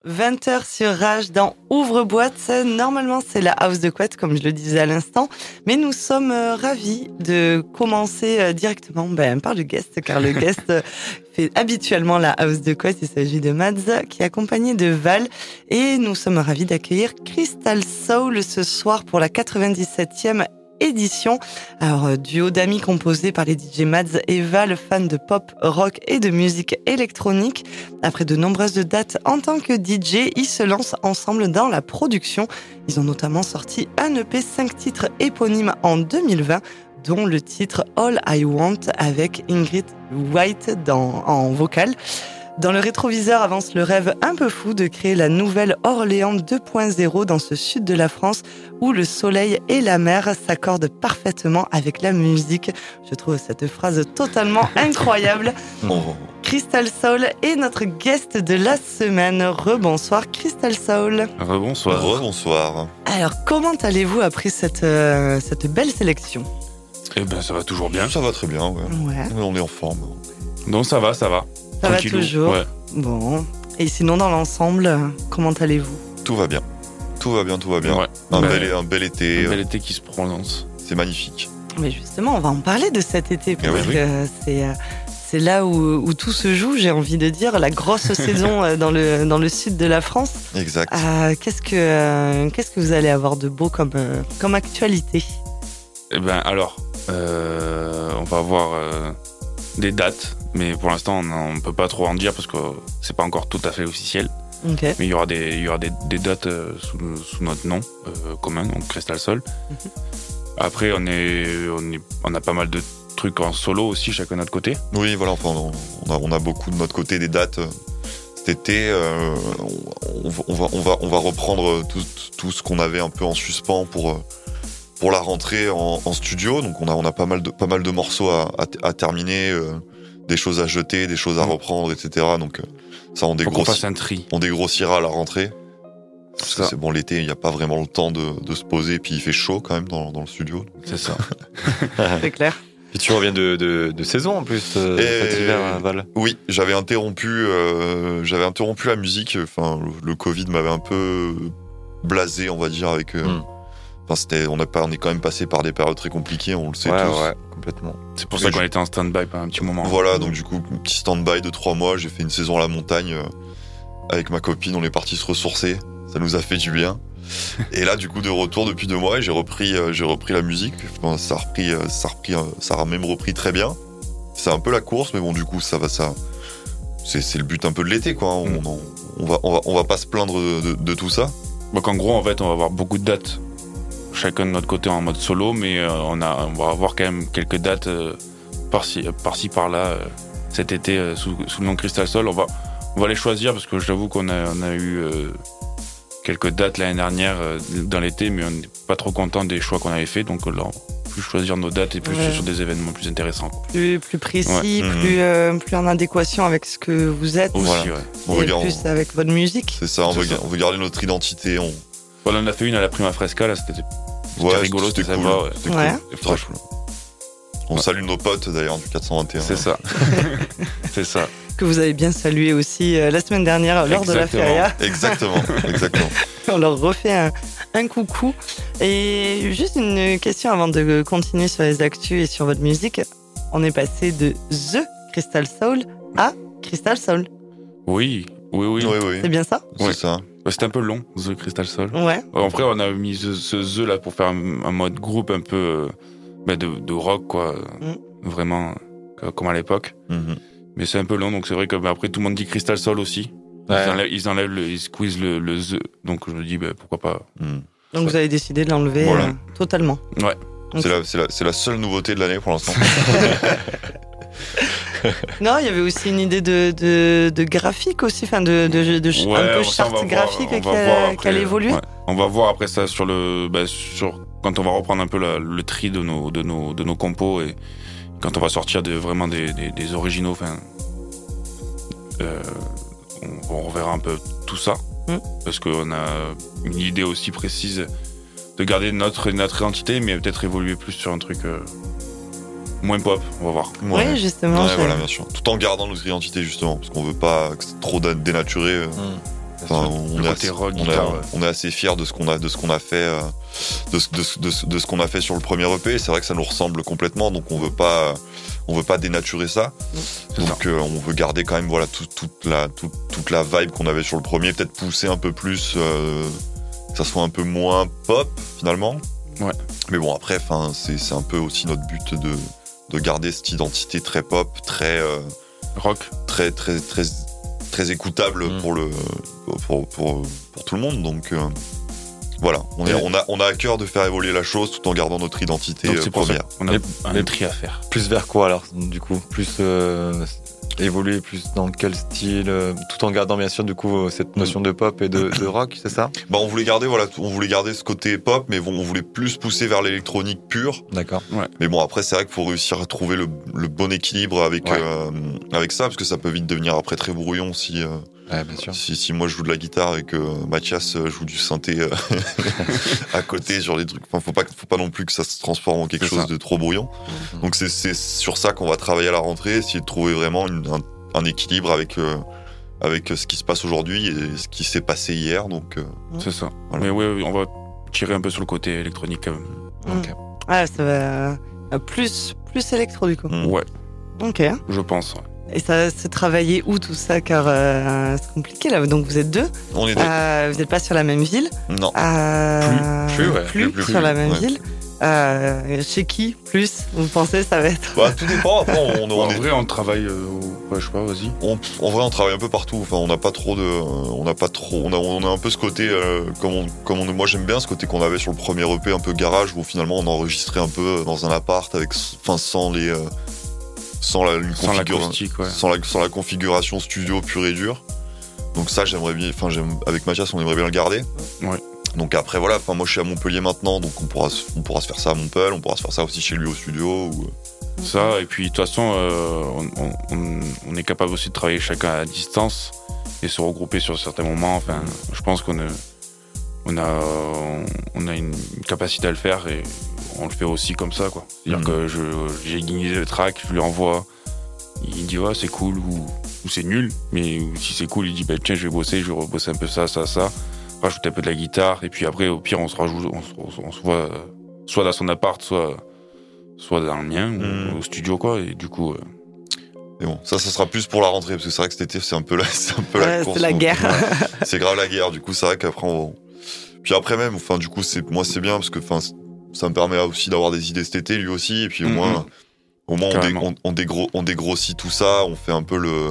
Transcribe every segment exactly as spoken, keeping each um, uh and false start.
vingt heures sur Rage dans Ouvre-boîte. Normalement, c'est la house de couette, comme je le disais à l'instant. Mais nous sommes ravis de commencer directement ben, par le guest, car le guest fait habituellement la house de couette. Il s'agit de Mads, qui est accompagné de Val. Et nous sommes ravis d'accueillir Crystal Soul ce soir pour la quatre-vingt-dix-septième édition. Alors, duo d'amis composé par les D J Mads et Val, fans de pop, rock et de musique électronique. Après de nombreuses dates en tant que D J, ils se lancent ensemble dans la production. Ils ont notamment sorti un E P cinq titres éponymes en deux mille vingt, dont le titre All I Want avec Ingrid White dans, en vocal. Dans le rétroviseur avance le rêve un peu fou de créer la nouvelle Orléans deux point zéro dans ce sud de la France où le soleil et la mer s'accordent parfaitement avec la musique. Je trouve cette phrase totalement incroyable. Oh. Crystal Soul est notre guest de la semaine. Rebonsoir Crystal Soul. Rebonsoir. Rebonsoir. Alors, comment allez-vous après cette, euh, cette belle sélection ? Eh ben, ça va toujours bien. Ça va très bien, ouais. Ouais. On est en forme. Donc ça va, ça va. Ça Tranquillou. va toujours. Ouais. Bon. Et sinon, dans l'ensemble, comment allez-vous ? Tout va bien. Tout va bien, tout va bien. Ouais. Un, Bah, bel, un bel été. Un bel été qui se prononce. C'est magnifique. Mais justement, on va en parler de cet été parce oui, oui. que c'est, c'est là où, où tout se joue, j'ai envie de dire, la grosse saison dans le, dans le sud de la France. Exact. Euh, qu'est-ce, que, euh, qu'est-ce que vous allez avoir de beau comme, euh, comme actualité ? Eh ben alors, euh, on va avoir euh, des dates, mais pour l'instant on ne peut pas trop en dire parce que c'est pas encore tout à fait officiel. Ok. Mais il y aura des, il y aura des, des dates euh, sous, sous notre nom euh, commun, donc Crystal Soul. Mm-hmm. Après, on, est, on, est, on a pas mal de trucs en solo aussi, chacun de notre côté. Oui, voilà, enfin, on a, on a beaucoup de notre côté des dates. Cet été, euh, on, on, va, on, va, on va reprendre tout, tout ce qu'on avait un peu en suspens pour, pour la rentrée en, en studio. Donc on a, on a pas mal de, pas mal de morceaux à, à, à terminer, euh, des choses à jeter, des choses à reprendre, et cetera. Donc euh, ça, on, Faut qu'on fasse dégrossi, un tri. on dégrossira à la rentrée. Parce que Ça. c'est bon, l'été, il n'y a pas vraiment le temps de, de se poser, puis il fait chaud quand même dans, dans le studio. C'est ça. C'est clair. Et tu reviens de, de, de saison en plus, euh, Et- cet hiver à Val. Oui, j'avais interrompu, euh, j'avais interrompu la musique. Enfin, le, le Covid m'avait un peu blasé, on va dire, avec. Euh, Mm. Enfin, c'était, on, a pas, on est quand même passé par des périodes très compliquées, on le sait Ouais, tous. ouais, complètement. C'est pour Mais ça qu'on je- était en stand-by pendant un petit moment. Voilà, donc du coup, un petit stand-by de trois mois. J'ai fait une saison à la montagne euh, avec ma copine. On est parti se ressourcer. Ça nous a fait du bien. Et là, du coup, de retour depuis deux mois, et j'ai repris, euh, j'ai repris la musique. Enfin, ça a repris, euh, ça a repris, euh, ça a même repris très bien. C'est un peu la course, mais bon, du coup, ça va, ça. C'est, c'est le but un peu de l'été, quoi. On, Mm. on, on va, on va, on va pas se plaindre de, de, de tout ça. Donc en gros, en fait, on va avoir beaucoup de dates, chacun de notre côté en mode solo, mais euh, on, a, on va avoir quand même quelques dates euh, par-ci, par-ci, par-là, euh, cet été, euh, sous, sous le nom Crystal Soul. On va, on va les choisir parce que j'avoue qu'on a, on a eu euh, quelques dates l'année dernière euh, dans l'été, mais on n'est pas trop content des choix qu'on avait fait, donc là, on va plus choisir nos dates et plus Ouais. sur des événements plus intéressants. Plus, plus précis, Ouais. plus, euh, plus en adéquation avec ce que vous êtes. Aussi, Voilà. ouais. On et veut, gar- plus avec votre musique. c'est ça, on C'est veut, ça. on veut garder notre identité. On... Voilà, on en a fait une à la Prima Fresca, là, c'était, c'était Ouais, rigolo, c'était c'était cool. sympa, ouais. C'était Ouais. cool. C'était très cool. On Ouais. salue nos potes d'ailleurs du quatre cent vingt et un. C'est ça. C'est ça. Que vous avez bien salué aussi euh, la semaine dernière lors de la Exactement. feria. Exactement, exactement. On leur refait un, un coucou. Et juste une question avant de continuer sur les actus et sur votre musique. On est passé de The Crystal Soul à Crystal Soul. Oui, oui, oui. Oui, oui, C'est bien ça ? c'est Ouais. ça. Bah, c'était un peu long, The Crystal Soul. Ouais. Après, on a mis ce, ce The là pour faire un, un mode groupe un peu euh, bah, de, de rock, quoi. Mm. Vraiment, euh, comme à l'époque. Mhm. Mais c'est un peu long, donc c'est vrai que bah, après, tout le monde dit Crystal Soul aussi. Ils, Ouais. enlèvent, ils enlèvent le, ils squeezent le, le The. Donc je me dis, bah, pourquoi pas. Mhm. Donc vous avez décidé de l'enlever Voilà. euh, totalement. Ouais. Donc, C'est la, c'est, la, c'est la seule nouveauté de l'année pour l'instant. Non, il y avait aussi une idée de, de, de graphique aussi, enfin de, de, de, ch- Ouais, un peu ça, on charte va voir- graphique on va qui voir a, après, qui a évolué. ouais. On va voir après ça sur le, bah, sur quand on va reprendre un peu la- le tri de nos, de nos, de nos compos et quand on va sortir de, vraiment des, des, des originaux. Enfin, euh, on, on reverra un peu tout ça Mm. parce qu'on a une idée aussi précise de garder notre notre identité, mais peut-être évoluer plus sur un truc euh, moins pop. On va voir. Oui, justement. Ouais, je- voilà, bien sûr. Tout en gardant notre identité, justement, parce qu'on veut pas que c'est trop dé- dénaturé. euh. Enfin, on, Le est côté assez, rock, on, guitare, est, ouais. on est assez fiers de ce qu'on a, de ce qu'on a fait, euh, de, ce- de, ce- de, ce- de ce qu'on a fait sur le premier E P. C'est vrai que ça nous ressemble complètement, donc on veut pas, on veut pas dénaturer ça. C'est Donc euh, on veut garder quand même voilà tout- toute la toute, toute la vibe qu'on avait sur le premier, peut-être pousser un peu plus, euh, que ça soit un peu moins pop finalement. Ouais. Mais bon après, enfin c'est c'est un peu aussi notre but de de garder cette identité très pop, très euh, Rock. très très très très écoutable Mm. pour le pour, pour pour tout le monde. Donc euh, voilà, on est Ouais. on a on a à cœur de faire évoluer la chose tout en gardant notre identité Donc euh, c'est pour ça première. qu'on a Mais- un mais- tri à faire. Plus vers quoi alors, du coup? Plus euh, évoluer, plus dans quel style, euh, tout en gardant bien sûr du coup cette notion de pop et de, de rock, c'est ça? Bah on voulait garder voilà, on voulait garder ce côté pop, mais bon, on voulait plus pousser vers l'électronique pure. D'accord. Mais bon, après, c'est vrai qu'il faut réussir à trouver le, le bon équilibre avec, Ouais. euh, avec ça, parce que ça peut vite devenir après très brouillon si, euh, Ouais, bien sûr. si, si moi je joue de la guitare et que Mathias euh, joue du synthé euh, à côté sur les trucs. Enfin, faut pas, faut pas non plus que ça se transforme en quelque C'est chose ça. de trop brouillon. Mhm. Donc c'est, c'est sur ça qu'on va travailler à la rentrée, essayer de trouver vraiment une- un, un équilibre avec, euh, avec ce qui se passe aujourd'hui et ce qui s'est passé hier. Donc, euh, C'est ça. Voilà. Mais ouais, on va tirer un peu sur le côté électronique quand même. Ok. Ah, ça va euh, plus, plus électro du coup. Mm. Ouais, Ok. je pense. ouais. Et ça s'est travaillé où tout ça? Car euh, c'est compliqué là. Donc vous êtes deux. on est deux. Euh, vous n'êtes pas sur la même ville. Non. Euh, Plus, plus, ouais. plus Plus, plus, sur la plus, même ouais. ville. Euh, chez qui plus vous pensez ça va être? Bah, tout dépend. Après, on, on en est vrai, on travaille. euh, au- ouais, je sais pas, vas-y. On, en vrai, on travaille un peu partout. Enfin, on n'a pas trop de, on n'a pas trop, on a, on a un peu ce côté, euh, comme on, comme on, moi j'aime bien ce côté qu'on avait sur le premier E P, un peu garage, où finalement on enregistrait un peu dans un appart avec, enfin, sans les, euh, sans la, une Sans configura- l'acoustique, ouais. sans la, sans la configuration studio pure et dure. Donc ça, j'aimerais bien, enfin, j'aime, avec Mathias, on aimerait bien le garder. Ouais. Donc après, voilà, enfin, moi je suis à Montpellier maintenant, donc on pourra, se- on pourra se faire ça à Montpellier, on pourra se faire ça aussi chez lui au studio. Ou... Ça, et puis de toute façon, euh, on, on- on- on est capable aussi de travailler chacun à distance et se regrouper sur certains moments. Enfin, je pense qu'on a, on a, on a une capacité à le faire et on le fait aussi comme ça, quoi. C'est-à-dire Mhm. que je, j'ai gagné le track, je lui envoie, il dit ouais c'est cool ou, ou c'est nul, mais si c'est cool, il dit bah, tiens je vais bosser, je vais rebosser un peu ça, ça, ça, rajouter un peu de la guitare et puis après au pire on se rajoute, on, se- on se voit euh, soit dans son appart, soit soit dans le mien Mhm. ou au studio quoi, et du coup euh, Mais bon, ça, ça sera plus pour la rentrée, parce que c'est vrai que cet été, c'est un peu la, c'est un peu Ouais, la c'est course. la donc, guerre. ouais, c'est grave la guerre. Du coup, c'est vrai qu'après, on va... Puis après même, enfin, du coup, c'est, moi, c'est bien, parce que, enfin, ça me permet aussi d'avoir des idées cet été, lui aussi, et puis au Mhm. moins, au moins, on, dé- Carrément. on, on, dégro- on dégrossit tout ça, on fait un peu le,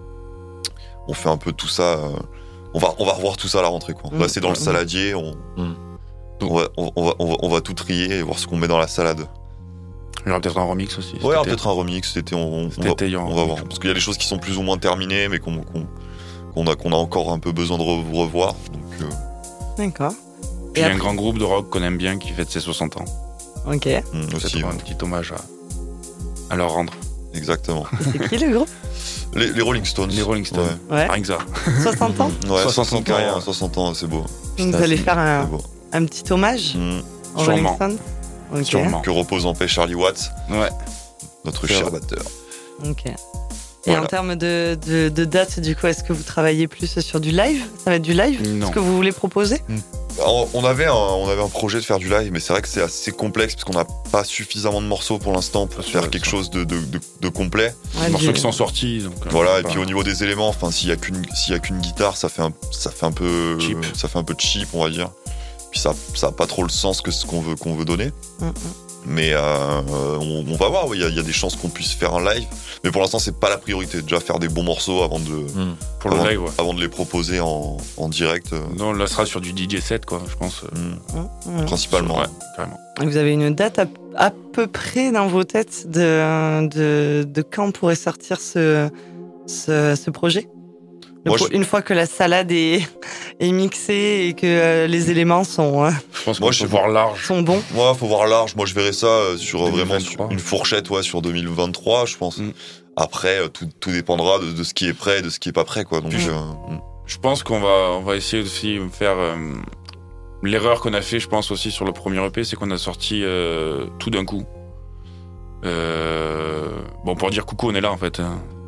on fait un peu tout ça, euh, on va, on va revoir tout ça à la rentrée, quoi. Mhm. Là, c'est dans le Mhm. saladier, on, Mhm. on, va, on, on va, on, va, on va tout trier et voir ce qu'on met dans la salade. il y aura peut-être un remix aussi. cet Ouais, été. peut-être un remix cet été, on, on Cet va, été, il y aura on un va remix. voir. Parce qu'il y a des choses qui sont plus ou moins terminées, mais qu'on qu'on qu'on a, qu'on a encore un peu besoin de re- revoir. Donc, euh, D'accord. Puis il y a un après- grand groupe de rock qu'on aime bien qui fête ses soixante ans. Ok. Et hum, Peut-être aussi, un ouais, petit hommage à, à leur rendre. exactement. c'est qui le groupe? Les, les Rolling Stones. Les Rolling Stones. Ouais. Rien que ça. soixante ans? Ouais, soixante soixante ans, ans, ouais. soixante ans, c'est beau. Donc vous allez faire C'est un, beau. un petit hommage Hum, aux Rolling Sûrement. Stones? Ok. Sûrement. Que repose en paix Charlie Watts, Ouais. notre C'est cher vrai. batteur. Ok. Et Voilà. en termes de, de, de date, du coup, est-ce que vous travaillez plus sur du live? Ça va être du live? Non. Ce que vous voulez proposer? Alors, on avait un, on avait un projet de faire du live, mais c'est vrai que c'est assez complexe parce qu'on n'a pas suffisamment de morceaux pour l'instant pour Pas sûr, faire ouais, quelque ça. chose de, de, de, de complet. Ouais, Les morceaux du- qui sont sortis. Donc, euh, Voilà, et pas- puis au niveau des éléments, enfin, s'il y a qu'une, s'il y a qu'une guitare, ça fait un, ça fait un peu, Cheap. ça fait un peu cheap, on va dire. Puis ça, ça a pas trop le sens que ce qu'on veut, qu'on veut donner. Mm, mm. Mais euh, on, on va voir. Il y, a- il y a des chances qu'on puisse faire un live, mais pour l'instant, c'est pas la priorité. Déjà faire des bons morceaux avant de, Hmm. Pour le avant, live, ouais. avant de les proposer en, en direct, euh, Non, là, sera sur du D J set, quoi, je pense. euh, mm, Mm, mm. principalement. Ouais, carrément. Et vous avez une date à, à peu près dans vos têtes de, de, de quand pourrait sortir ce, ce, ce projet? Le Moi, pro- je- Une fois que la salade est, est mixée et que euh, les éléments sont, euh, Je pense Moi, qu'on je peut sais voir large. sont bons. Moi, faut voir large. Moi, je verrais ça euh, sur euh, deux mille vraiment vingt-trois. sur une fourchette, ouais, sur deux mille vingt-trois, je pense. Mm. Après, euh, tout, tout dépendra de, de ce qui est prêt et de ce qui est pas prêt, quoi. Donc, Mm. euh, mm. Je pense qu'on va, on va essayer aussi de faire. euh, L'erreur qu'on a fait, je pense aussi sur le premier E P, c'est qu'on a sorti euh, tout d'un coup. Euh, Bon, pour dire coucou, on est là en fait. hein.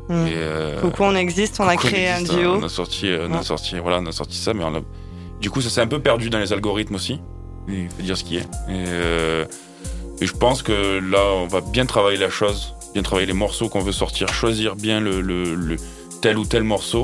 Mmh. Et, euh, Coucou, on existe, on a Coucou, créé on un existe, duo. On a sorti, on Ouais. a sorti, voilà, on a sorti ça, mais on a... du coup, ça s'est un peu perdu dans les algorithmes aussi. Il faut dire ce qui est. Et, euh, et je pense que là, on va bien travailler la chose, bien travailler les morceaux qu'on veut sortir, choisir bien le, le, le tel ou tel morceau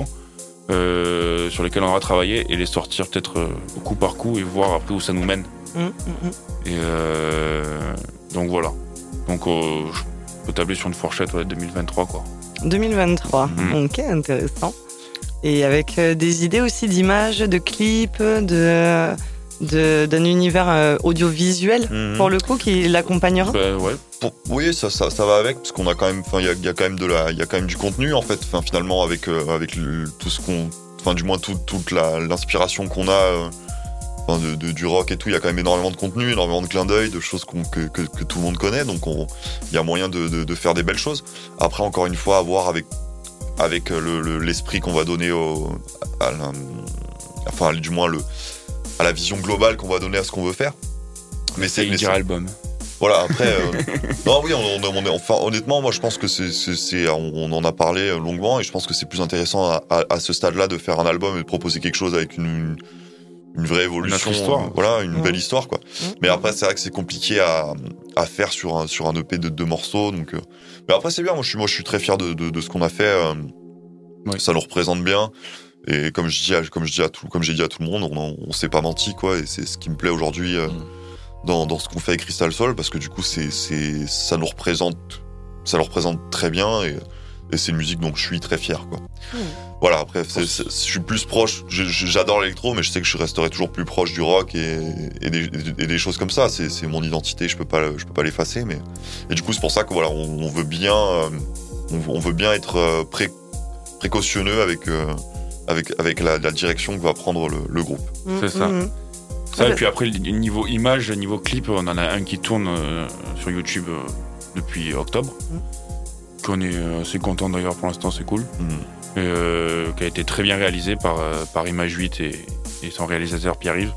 euh, sur lesquels on va travailler et les sortir peut-être euh, coup par coup et voir après où ça nous mène. Mmh, mmh, mmh. Et euh, donc voilà. Donc euh, je peux tabler sur une fourchette ouais, deux mille vingt-trois quoi. deux mille vingt-trois, Mmh. ok, intéressant. Et avec euh, des idées aussi d'images, de clips, de, de, d'un univers euh, audiovisuel, Mhm. pour le coup, qui l'accompagnera. Bah, ouais. Pour- oui, ça, ça, ça va avec, parce qu'on a quand même, enfin, il y a, il y a quand même de la, il y a quand même du contenu en fait. Enfin, finalement, avec euh, avec le- tout ce qu'on, enfin, du moins tout- toute la, l'inspiration qu'on a, euh, enfin, de, de- du rock et tout, il y a quand même énormément de contenu, énormément de clins d'œil, de choses qu'on, que, que, que tout le monde connaît. Donc, on- il y a moyen de, de, de faire des belles choses. Après, encore une fois, à voir avec avec le, le- l'esprit qu'on va donner au, à la- enfin, du moins le, à la vision globale qu'on va donner à ce qu'on veut faire. Mais C'est c'est, mais il c'est- dira album. voilà, après, euh, non, oui, on, on, on est, enfin, honnêtement, moi, je pense que c'est, c'est, c'est on, on en a parlé longuement, et je pense que c'est plus intéressant à, à, à ce stade-là de faire un album et de proposer quelque chose avec une, une vraie évolution, Notre histoire. euh, voilà, une Ouais. belle histoire, quoi. Mmh. Mais après, c'est vrai que c'est compliqué à, à faire sur un, sur un E P de deux morceaux, donc. euh, Mais après, c'est bien. Moi, je suis, moi, je suis très fier de, de, de ce qu'on a fait. euh, Ouais. Ça nous représente bien. Et comme je dis, à- comme je dis à tout, comme j'ai dit à tout le monde, on, on s'est pas menti, quoi. Et c'est ce qui me plaît aujourd'hui. euh, Mm. Dans, dans ce qu'on fait avec Crystal Soul, parce que du coup c'est c'est ça nous représente ça le représente très bien, et, et c'est une musique dont je suis très fier, quoi. Mmh. Voilà, après c'est, c'est, je suis plus proche, je- je- j'adore l'électro, mais je sais que je resterai toujours plus proche du rock et, et, des, et des choses comme ça. C'est, c'est mon identité, je peux pas je peux pas l'effacer, mais et du coup c'est pour ça que voilà, on, on veut bien euh, on, on veut bien être euh, pré, précautionneux avec euh, avec avec la, la direction que va prendre le, le groupe. Mmh, C'est ça. mmh. Ça, Ah et bah- puis après, le niveau image, niveau clip, on en a un qui tourne euh, sur YouTube euh, depuis octobre. Mm. Qu'on est euh, assez content d'ailleurs pour l'instant, c'est cool. Mm. Et, euh, qui a été très bien réalisé par, euh, par Image huit et, et son réalisateur Pierre-Yves.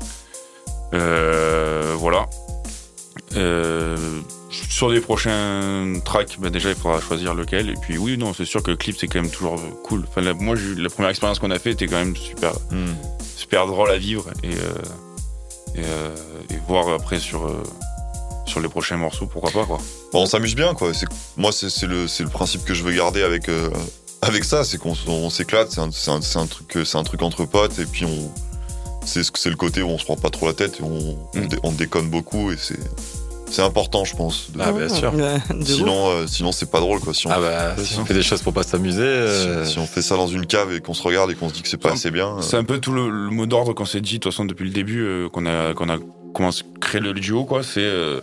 Euh, voilà. Euh, sur les prochains tracks, bah déjà il faudra choisir lequel. Et puis oui, non, c'est sûr que le clip c'est quand même toujours euh, cool. Enfin, la, moi, j'ai- la première expérience qu'on a fait était quand même super, Mm. super drôle à vivre et, euh, et, euh, et voir après sur, euh, sur les prochains morceaux, pourquoi pas quoi. Bon, on s'amuse bien, quoi. C'est, moi, c'est, c'est, le, c'est le principe que je veux garder avec, euh, avec ça, c'est qu'on s- on s'éclate, c'est un, c'est, un, c'est, un truc, c'est un truc entre potes, et puis on, c'est, ce- c'est le côté où on se prend pas trop la tête, et on, on, Mm. dé- on déconne beaucoup, et c'est, c'est important, je pense. de- Ah, bien sûr. Euh, de ouf. sinon, euh, sinon, c'est pas drôle, quoi. Si on, Ah bah, si on fait des choses pour pas s'amuser. si, euh, si on fait ça dans une cave et qu'on se regarde et qu'on se dit que c'est pas C'est un- assez bien. euh, C'est un peu tout le, le mot d'ordre qu'on s'est dit, de toute façon, depuis le début, euh, qu'on a, qu'on a commencé à créer le duo, quoi. C'est, euh,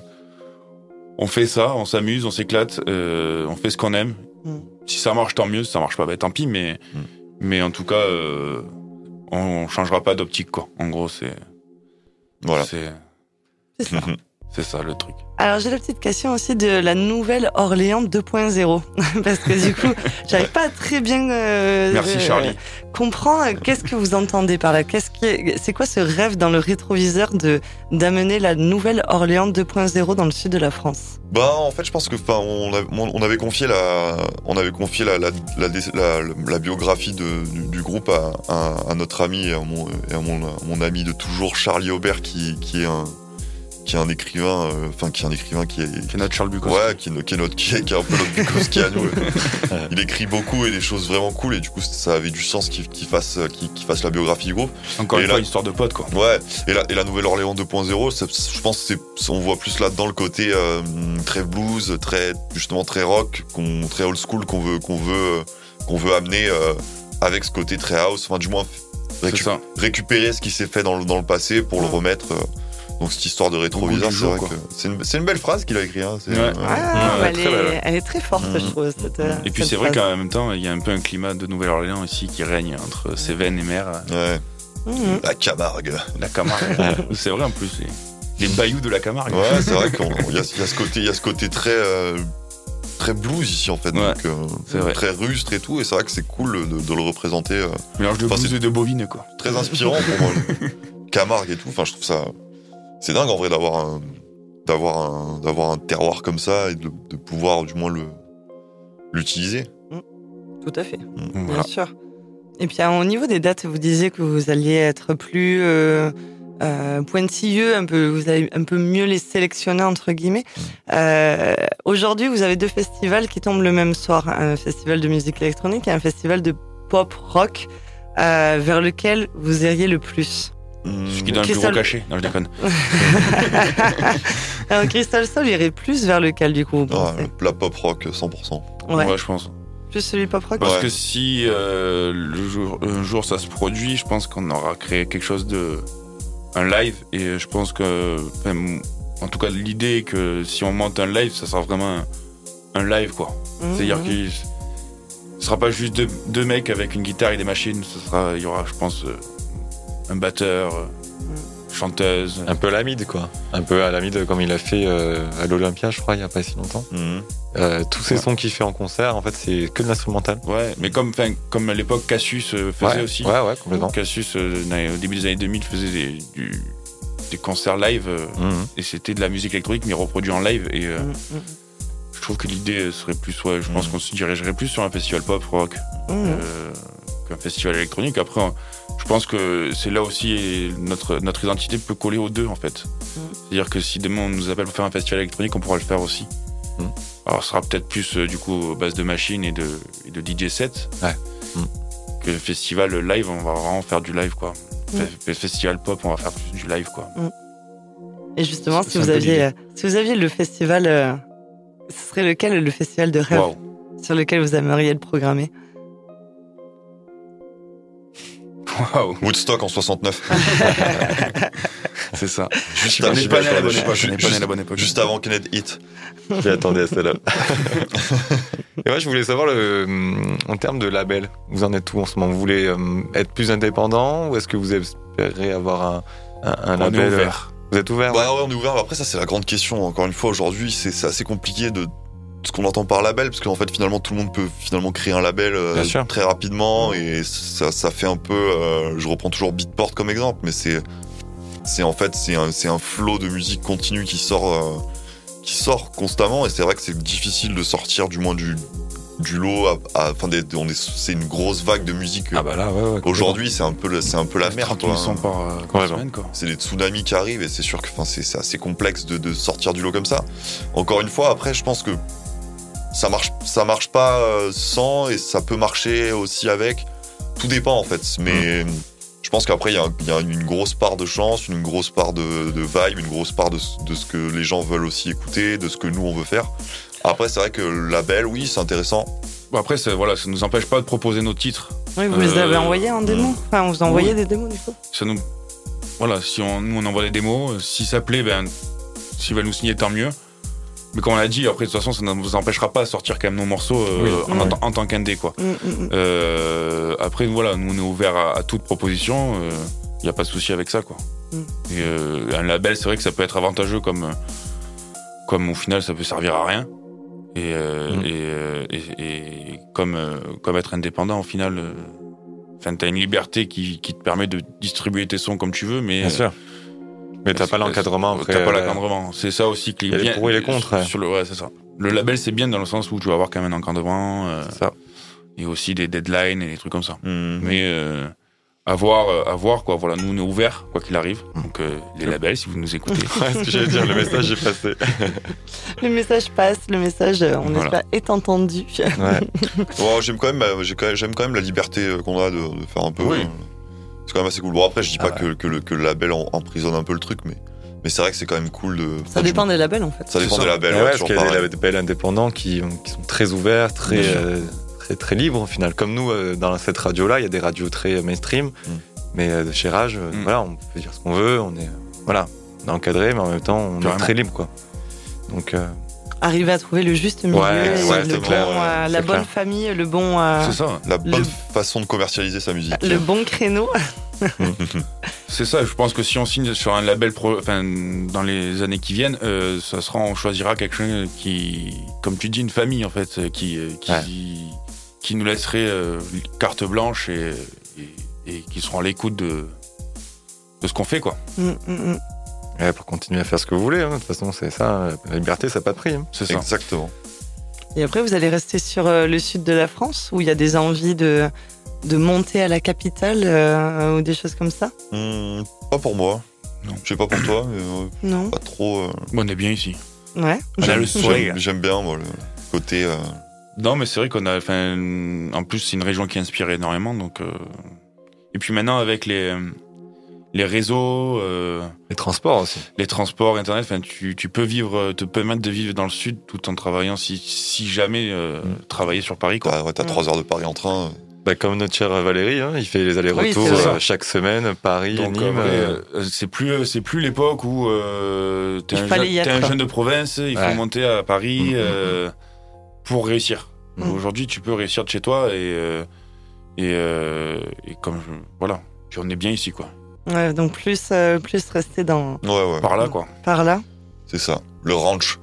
on fait ça, on s'amuse, on s'éclate, euh, on fait ce qu'on aime. Mm. Si ça marche, tant mieux. Si ça marche pas, bah, tant pis, mais, Mm. mais en tout cas, euh, on changera pas d'optique, quoi. En gros, c'est, Voilà. c'est, C'est ça. c'est ça le truc. Alors j'ai la petite question aussi de la nouvelle Orléans deux point zéro parce que du coup j'arrive pas à très bien euh, Merci, euh, Charlie. comprendre qu'est-ce que vous entendez par là. Qu'est-ce qui est, c'est quoi ce rêve dans le rétroviseur de d'amener la nouvelle Orléans deux point zéro dans le sud de la France? Bah, en fait, je pense que, enfin, on, a- on avait confié la, on avait confié la, la, la, la, la biographie de, du, du groupe à, à, à notre ami et à mon, et à mon, à mon ami de toujours, Charlie Aubert, qui, qui est un, qui est un écrivain, euh, enfin, qui est un écrivain qui est, C'est notre Charles Bukowski. ouais, qui est, no- qui est notre, qui est, qui est un peu notre Bukowski à nous. ouais. Il écrit beaucoup et des choses vraiment cool, et du coup, ça avait du sens qu'il, qu'il fasse, qu'il, qu'il fasse la biographie du groupe. Encore Et une là- fois, histoire de potes, quoi. Ouais, et la, et la nouvelle Orléans deux point zéro, ça- je pense que c'est, on voit plus là-dedans le côté euh, très blues, très justement très rock, qu'on, très old school qu'on veut qu'on veut euh, qu'on veut amener euh, avec ce côté très house, enfin du moins C'est récu- ça. récupérer ce qui s'est fait dans le, dans le passé pour le remettre. euh, donc cette histoire de rétroviseur, du c'est jour, vrai quoi. que c'est une, c'est une belle phrase qu'il a écrite. Hein, c'est, Ouais. Ah, Ouais, elle, très est, belle. elle est très forte, Mhm. je trouve. Cette, euh, Et puis cette c'est vrai phrase. qu'en même temps, il y a un peu un climat de Nouvelle-Orléans ici qui règne entre Cévennes et Mer, Ouais, Mhm. la Camargue. la Camargue. C'est vrai en plus, les, les bayous de la Camargue. Ouais, c'est vrai qu'il y, a- il y a ce côté, il y a ce côté très euh, très blues ici en fait, Ouais, donc, euh, c'est vrai. très rustre et tout, et c'est vrai que c'est cool de, de le représenter. euh, Mélange de Enfin, blues c'est- et de bovine, quoi. très inspirant pour moi. le Camargue et tout. Enfin, je trouve ça. C'est dingue en vrai d'avoir un, d'avoir un, d'avoir un terroir comme ça et de, de pouvoir du moins le, l'utiliser. Tout Tout à fait, Donc, bien voilà. sûr. Et puis au niveau des dates, vous disiez que vous alliez être plus euh, euh, pointilleux, un peu, vous allez un peu mieux les sélectionner entre guillemets. Euh, aujourd'hui, vous avez deux festivals qui tombent le même soir, un festival de musique électronique et un festival de pop rock, euh, vers lequel vous iriez le plus. Ce qui donne un plus Crystal- gros cachet. Non, je déconne. Alors, Crystal Soul irait plus vers lequel du coup vous Ah, pensez? la pop rock cent pour cent. Ouais, Ouais, je pense. plus celui pop rock. Parce Ouais. que si euh, le jour, un jour ça se produit, je pense qu'on aura créé quelque chose de. Un live. Et je pense que. Enfin, en tout cas, l'idée est que si on monte un live, ça sera vraiment un, un live, quoi. Mmh, C'est-à-dire mmh. qu'il ne sera pas juste deux, deux mecs avec une guitare et des machines. Ce sera, il y aura, je pense, euh, un batteur, euh, chanteuse. Un peu à l'Amide, quoi. Un peu à l'Amide, comme il a fait euh, à l'Olympia, je crois, il y a pas si longtemps. Mhm. Euh, tous ces Ouais. sons qu'il fait en concert, en fait, c'est que de l'instrumental. Ouais, mais comme, enfin, comme à l'époque Cassius euh, faisait Ouais, aussi. ouais, ouais, complètement. Cassius, euh, dans les- au début des années deux mille, faisait des, du- des concerts live. euh, Mhm. et c'était de la musique électronique, mais reproduit en live. Et euh, Mmh, mmh, je trouve que l'idée serait plus. Ouais, je pense Mhm. qu'on se dirigerait plus sur un festival pop rock mmh. euh, qu'un festival électronique. Après, on- je pense que c'est là aussi notre, notre identité peut coller aux deux, en fait. C'est-à-dire que si demain on nous appelle pour faire un festival électronique, on pourra le faire aussi. Mm. Alors, ce sera peut-être plus, euh, du coup, base de machines et de, et de D J sets. Ouais. Mm. Que le festival live, on va vraiment faire du live, quoi. Mm. Fe- Le festival pop, on va faire plus du live, quoi. Et justement, C'est- si c'est vous un peu aviez, l'idée. euh, si vous aviez le festival, euh, ce serait lequel le festival de rêve Waouh. sur lequel vous aimeriez le programmer? Waouh. Woodstock en soixante-neuf. C'est ça. Juste, On à- n'est pas né à la bonne juste- époque. On n'est pas né à juste- la bonne époque. juste avant Kenneth Hit. J'attendais à celle-là. Et moi, je voulais savoir, le, hum, en termes de label, vous en êtes où en ce moment? Vous voulez hum, être plus indépendant ou est-ce que vous espérez avoir un, un, un On label est ouvert. Vous êtes ouvert? Bah ouais, on est ouvert. Après, ça, c'est la grande question. Encore une fois, aujourd'hui, c'est c'est assez compliqué de ce qu'on entend par label, parce qu'en fait, finalement, tout le monde peut finalement créer un label euh, Bien sûr. très rapidement, et ça, ça fait un peu. euh, je reprends toujours Beatport comme exemple, mais c'est, c'est en fait, c'est un, c'est un flot de musique continue qui sort, euh, qui sort constamment, et c'est vrai que c'est difficile de sortir du moins du, du lot. À, à- enfin, des- on est, c'est une grosse vague de musique. Ah bah là, ouais, ouais. Aujourd'hui, c'est un peu, le- c'est un peu la merde. trente quoi. mille sons par, euh, par Complètement. semaine, quoi. C'est des tsunamis qui arrivent et c'est sûr que enfin, c'est c'est assez complexe de, de sortir du lot comme ça. Encore une fois, après, je pense que ça marche, ça marche pas euh, sans et ça peut marcher aussi avec. Tout dépend en fait. Mais je pense qu'après, il y, a un- il y a une grosse part de chance, une grosse part de, de vibe, une grosse part de, de ce que les gens veulent aussi écouter, de ce que nous on veut faire. Après, c'est vrai que le label, oui, c'est intéressant. Bon, après, ça, voilà, ça nous empêche pas de proposer nos titres. Oui, vous les Euh, avez envoyés en démo? Enfin, vous envoyez oui. des démos du coup? Ça nous, voilà, si on, nous on envoie des démos, euh, si ça plaît, ben, s'ils veulent nous signer, tant mieux. Mais comme on l'a dit, après, de toute façon, ça ne nous empêchera pas de sortir quand même nos morceaux euh, Oui. en, Ouais. en tant qu'indé, quoi. Mm, mm, mm. Euh, après, voilà, nous on est ouvert à, à toute proposition. Il n'y a pas de souci avec ça, quoi. Mm. Et euh, un label, c'est vrai que ça peut être avantageux, comme, euh, comme au final, ça peut servir à rien. Et, euh, Mm. et, euh, et, et comme, euh, comme être indépendant, au final, euh, enfin, t'as une liberté qui, qui te permet de distribuer tes sons comme tu veux, mais Bien sûr. Mais t'as pas l'encadrement après. T'as pas euh, l'encadrement. C'est ça aussi qui il y a est les bien. pour et les contre, Sur, ouais. sur le, ouais, c'est ça. Le label, c'est bien dans le sens où tu vas avoir quand même un encadrement euh, C'est ça. et aussi des deadlines et des trucs comme ça. Mhm. Mais euh, à voir, euh, à voir quoi. Voilà, nous on est ouverts quoi qu'il arrive. Donc euh, les labels, si vous nous écoutez. Ouais, ce que j'allais dire, le message est passé. Le message passe, le message, euh, on Voilà. espère, est entendu. Ouais. Bon, j'aime quand même, euh, j'ai quand même- j'aime quand même la liberté euh, qu'on a de, de faire un peu. Oui. euh, c'est quand même assez cool. Bon, après, je dis Ah pas ouais. que, que, le, que le label en- emprisonne un peu le truc, mais, mais c'est vrai que c'est quand même cool de. Ça enfin, dépend du- des labels en fait. Ça dépend C'est des ça. labels. Ouais, ouais, parce toujours qu'il y a pareil. des labels indépendants qui, qui sont très ouverts, très, Bien sûr. euh, très, très libres au final. Comme nous, euh, dans cette radio-là, il y a des radios très mainstream, mais euh, chez Rage, euh, Mm. voilà, on peut dire ce qu'on veut, on est, euh, voilà, on est encadré, mais en même temps, on Carrément. est très libre, quoi. Donc, euh, Arriver à trouver le juste milieu, Ouais, et ouais, le c'est bon, clair, euh, ouais, la c'est bonne clair. famille, le bon, euh, C'est ça. La bonne Le- façon de commercialiser sa musique. le bon créneau. C'est ça. Je pense que si on signe sur un label, pro, enfin dans les années qui viennent, euh, ça sera, on choisira quelqu'un qui, comme tu dis, une famille en fait, euh, qui euh, qui, Ouais. qui nous laisserait euh, carte blanche et, et, et qui seront à l'écoute de de ce qu'on fait quoi. Mm, mm, mm. ouais, pour continuer à faire ce que vous voulez, hein. De toute façon, c'est ça, la liberté, ça n'a pas de prix. hein. C'est ça. Exactement. Et après, vous allez rester sur euh, le sud de la France, où il y a des envies de, de monter à la capitale euh, ou des choses comme ça? Hum, pas pour moi. Non. Je sais pas pour toi, mais euh, Non. pas trop. euh, Bon, on est bien ici. Ouais. On a le soleil. J'aime, j'aime bien moi le côté. euh, Non, mais c'est vrai qu'on a. Enfin, en plus, c'est une région qui inspire énormément. Donc, euh, et puis maintenant, avec les les réseaux, euh, Les transports aussi. les transports, internet, enfin, tu tu peux vivre, te permettre de vivre dans le sud tout en travaillant. Si si jamais euh, Mm. travailler sur Paris, quoi. T'as, ouais, t'as Ouais. trois heures de Paris en train. Bah, comme notre cher Valérie, hein, il fait les allers-retours Oui, c'est euh, ça. chaque semaine, Paris, Donc, Nîmes. en vrai, euh, euh, c'est plus c'est plus l'époque où euh, t'es Il un, fallait jeune, y t'es un être. jeune de province, il faut Ouais. monter à Paris Mm, mm, euh, pour réussir. Mm. Aujourd'hui, tu peux réussir de chez toi et euh, et, euh, et comme je, voilà, puis on est bien ici, quoi. Ouais, donc plus, euh, plus rester dans, Ouais, ouais. Par là, quoi. par là. C'est ça. Le ranch.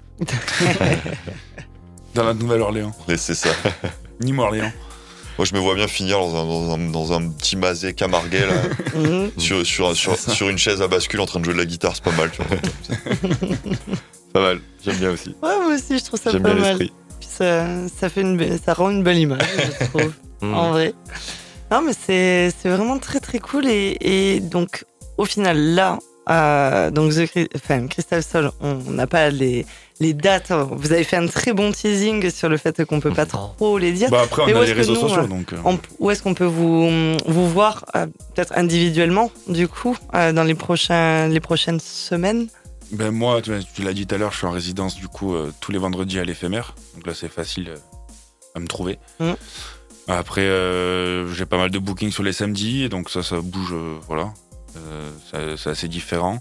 Dans la Nouvelle-Orléans. Mais c'est ça. Nîmes-Orléans. Moi, je me vois bien finir dans un, dans un, dans un petit masé camarguais, là, Mhm. sur, sur, sur, sur une chaise à bascule en train de jouer de la guitare, c'est pas mal, tu vois. Pas mal. J'aime bien aussi. Ouais, moi aussi, je trouve ça J'aime pas bien mal. l'esprit. Puis ça, ça, fait une, be- ça rend une belle image, je trouve, Mm. en vrai. Non, mais c'est c'est vraiment très très cool. Et, et donc, au final, là, euh, donc The Cry- enfin, Crystal Soul, on n'a pas les, les dates. Vous avez fait un très bon teasing sur le fait qu'on peut pas trop les dire. Bah après, on Mais où a est-ce les que réseaux nous, sociaux, euh, donc. euh, On- où est-ce qu'on peut vous, vous voir, euh, peut-être individuellement, du coup, euh, dans les, prochains, les prochaines semaines? Ben moi, tu, tu l'as dit tout à l'heure, je suis en résidence du coup euh, tous les vendredis à l'éphémère. Donc là, c'est facile euh, à me trouver. Mm. Après, euh, j'ai pas mal de bookings sur les samedis, donc ça, ça bouge, euh, voilà. Euh, ça- c'est assez différent.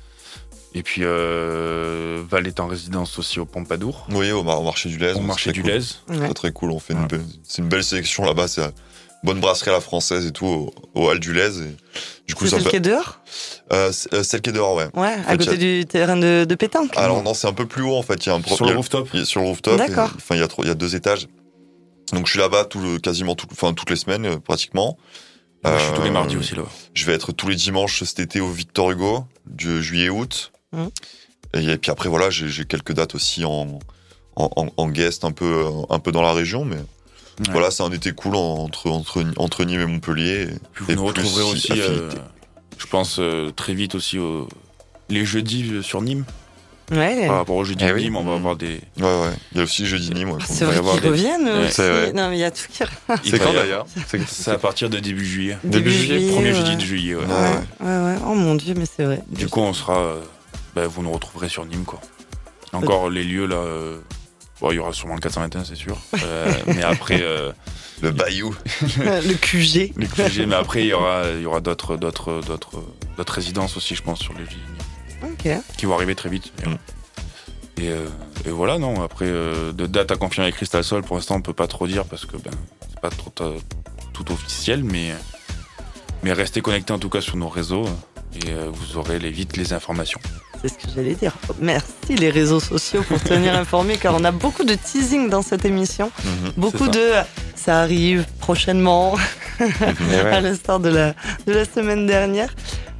Et puis, euh, Val est en résidence aussi au Pompadour, Oui, au, mar- au marché du Lez. au c'est marché très du cool. Lez. Ouais. Très très cool. On fait une Ouais. belle- c'est une belle sélection là-bas. C'est une bonne brasserie à la française et tout au, au Hall du Lez. Et du coup, C'est ça celle peut- qui est dehors? euh, c'est- euh, celle qui est dehors, ouais. Ouais, à fait, côté du terrain de, de pétanque. Alors non, c'est un peu plus haut en fait. Il y a un pro- Sur il y le a- rooftop. il y a- sur le rooftop. D'accord. et- Enfin, il y a trois- il y a deux étages. Donc je suis là-bas tout le, quasiment tout, enfin toutes les semaines euh, pratiquement. Moi, je suis tous les Euh, mardis aussi là. Je vais être tous les dimanches cet été au Victor Hugo, du juillet-août. Mhm. Et, et puis après, voilà, j'ai j'ai quelques dates aussi en, en, en- en guest un peu, un peu dans la région. Mais voilà, c'est un été cool entre, entre, entre Nîmes et Montpellier. Et, Puis vous et nous plus retrouverez aussi, affinité. euh, je pense, euh, très vite aussi au- les jeudis euh, sur Nîmes. Ouais, Par rapport aux jeudis Eh de oui. Nîmes, on va avoir des. Ouais, ouais. Il y a aussi jeudi Nîmes. Ouais, Ah, qu'on- c'est va y vrai avoir qu'ils des- reviennent Ouais, aussi. c'est vrai. Non, mais il y a tout qui Il C'est va quand y avoir- d'ailleurs C'est- C'est à partir de début juillet. Début juillet, Premier ouais. jeudi de juillet, ouais. Ouais, Ouais, ouais. ouais, ouais. Oh mon dieu, mais c'est vrai. Du coup, on sera. euh, bah, vous nous retrouverez sur Nîmes, quoi. Encore les lieux là. euh, bon, il y aura sûrement le quatre cent vingt et un, c'est sûr. Euh, mais après, euh, Le Bayou. le Q G. les Q G, mais après, il y aura, il y aura d'autres, d'autres, d'autres, d'autres résidences aussi, je pense, sur les lignes Ok. qui vont arriver très vite. Mm. Et, euh, et voilà, non. Après, euh, de date à confirmer avec Crystal Soul, pour l'instant, on peut pas trop dire parce que ben, c'est pas trop ta- tout officiel, mais mais restez connectés en tout cas sur nos réseaux et euh, vous aurez les, vite les informations. C'est ce que j'allais dire. Merci les réseaux sociaux pour tenir informés, car on a beaucoup de teasing dans cette émission. Mhm. Beaucoup ça. de ça arrive prochainement, Eh ouais. à l'instar de la, de la semaine dernière.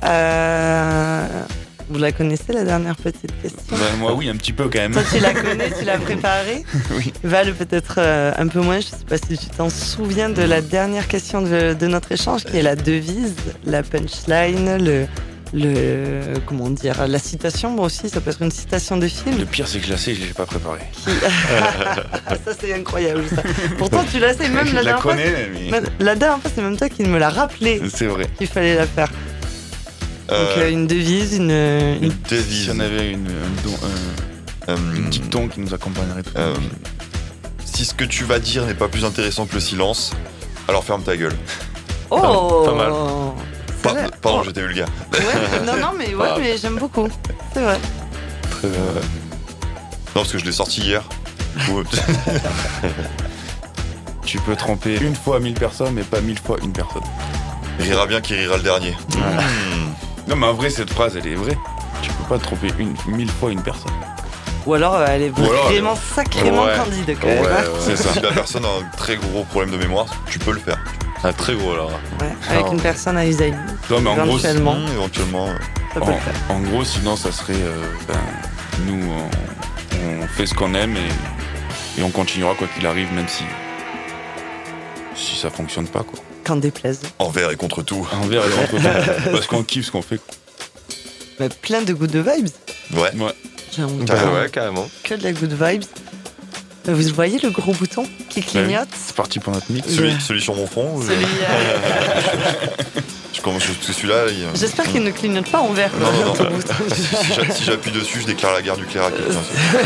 Euh, vous la connaissez, la dernière petite question? Ben, moi, oui, un petit peu quand même. Toi, tu la connais, tu l'as préparée. Oui. Val, peut-être euh, un peu moins. Je ne sais pas si tu t'en souviens de la dernière question de, de notre échange, qui est la devise, la punchline, le, le comment dire, la citation. Moi aussi, ça peut être une citation de film. Le pire, c'est que je la sais, je ne l'ai pas préparée. Ça, c'est incroyable. Ça. Pourtant, tu la sais même Je la la dernière fois. connais, mais. même- La dernière fois, c'est même toi qui me l'a rappelé C'est vrai. qu'il fallait la faire. Donc, Euh, euh, une devise, une, une- une Si devise. on avait une, un, don- un- Euh, un dicton qui nous accompagnerait tout euh, si ce que tu vas dire n'est pas plus intéressant que le silence, alors ferme ta gueule. Oh, pas mal. C'est Pa- vrai. pardon, Oh. j'étais vulgaire. Ouais, non, non, mais, ouais, Ah. mais j'aime beaucoup. C'est vrai. Très bien. Non, parce que je l'ai sorti hier. Du coup, euh, Tu peux tromper une fois mille personnes, mais pas mille fois une personne. rira bien qui rira le dernier. Hmm. Non, mais en vrai, cette phrase, elle est vraie. Tu peux pas tromper une, mille fois une personne. Ou alors, euh, elle est Ou alors, elle est- vraiment sacrément Ouais. candide, quand même. Ouais, hein. ouais. C'est ça. Si la personne a un très gros problème de mémoire, tu peux le faire. Un très gros alors. Ouais, avec Non. une personne à Alzheimer. Non, mais en gros, Éventuellement, Hmm, éventuellement. euh, ça peut En, le faire. en gros, sinon, ça serait. euh, ben, nous, on, on fait ce qu'on aime et, et on continuera quoi qu'il arrive, même si si ça fonctionne pas quoi. Qu'en déplaise. Envers et contre tout. Envers et contre tout, parce qu'on kiffe ce qu'on fait. Mais plein de good vibes. Ouais. Ouais. J'ai envie de Bah dire. ouais, carrément. Que de la good vibes. Vous voyez le gros bouton qui clignote? C'est parti pour notre mix. Celui, celui sur mon front. je- Celui, euh, Je commence je- celui-là. il- J'espère qu'il ne clignote pas en vert. Non, non, non. ton bouton. Si j'a- si j'appuie dessus, je déclare la guerre nucléaire à quelqu'un.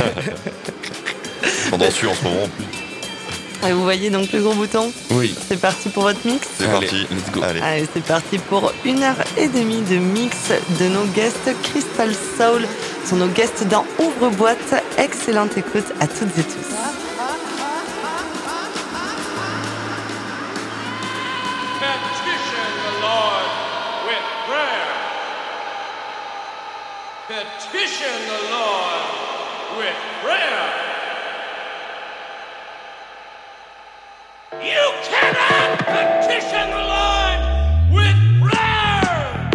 Pendant celui en ce moment en plus. Et vous voyez donc le gros bouton? Oui. C'est parti pour votre mix? C'est Allez, parti. let's go. Allez. Allez, c'est parti pour une heure et demie de mix de nos guests Crystal Soul. Ce sont nos guests dans Ouvre-Boîte. Excellente écoute à toutes et tous. Petition the Lord with prayer. Petition the Lord with prayer. You cannot petition the Lord with prayer.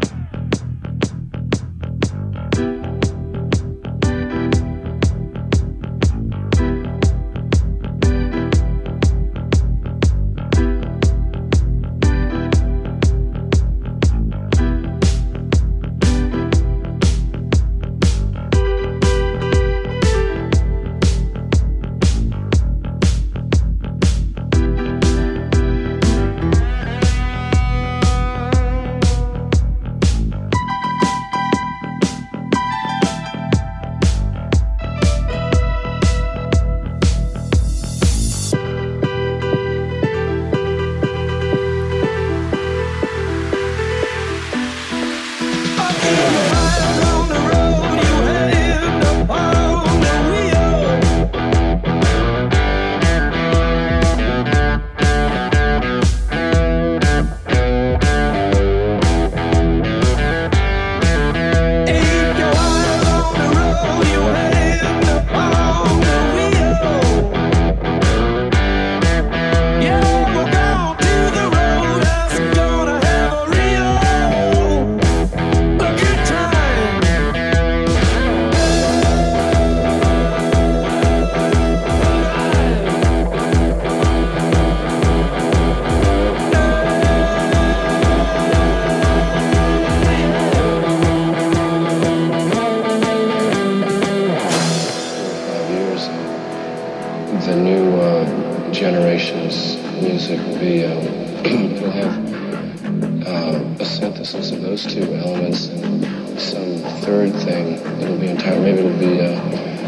the new uh, generation's music will be, uh, will have uh, a synthesis of those two elements and some third thing. It'll be entire. Maybe it'll be. Uh,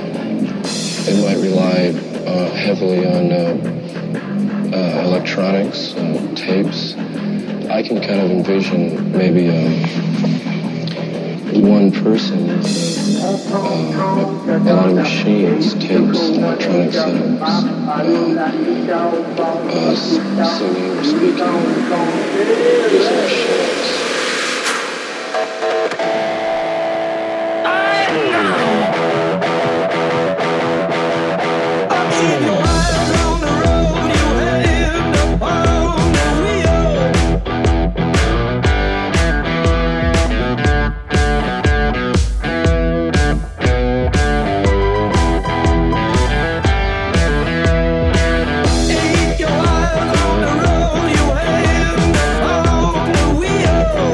it might rely uh, heavily on uh, uh, electronics, uh, tapes. I can kind of envision maybe uh, one person with uh, uh, a lot of machines, tapes, electronic setups, uh, uh, singing or speaking using machines. Your eyes on the road, you have on the wheel.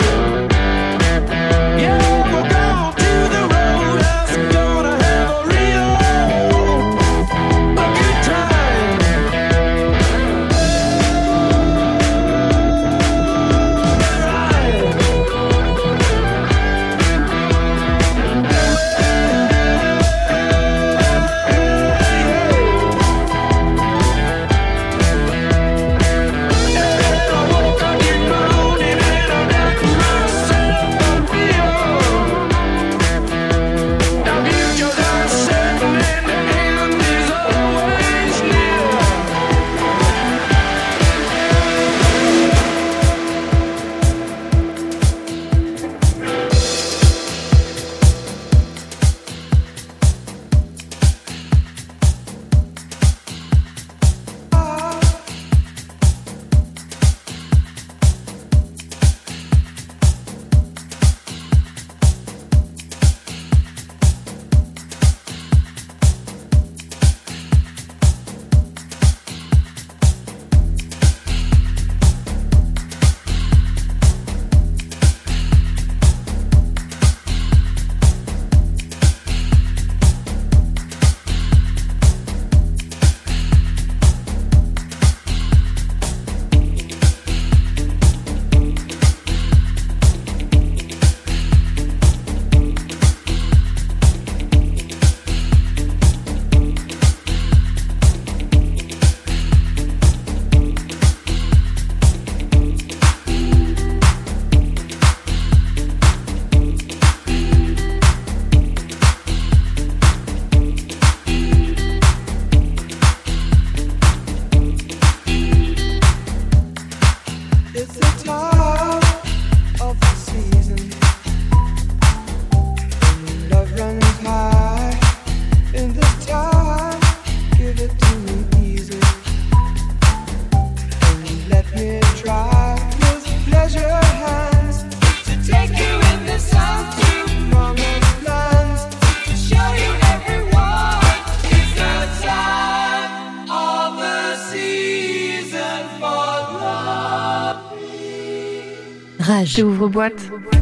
Rage. C'est Ouvre-boîte.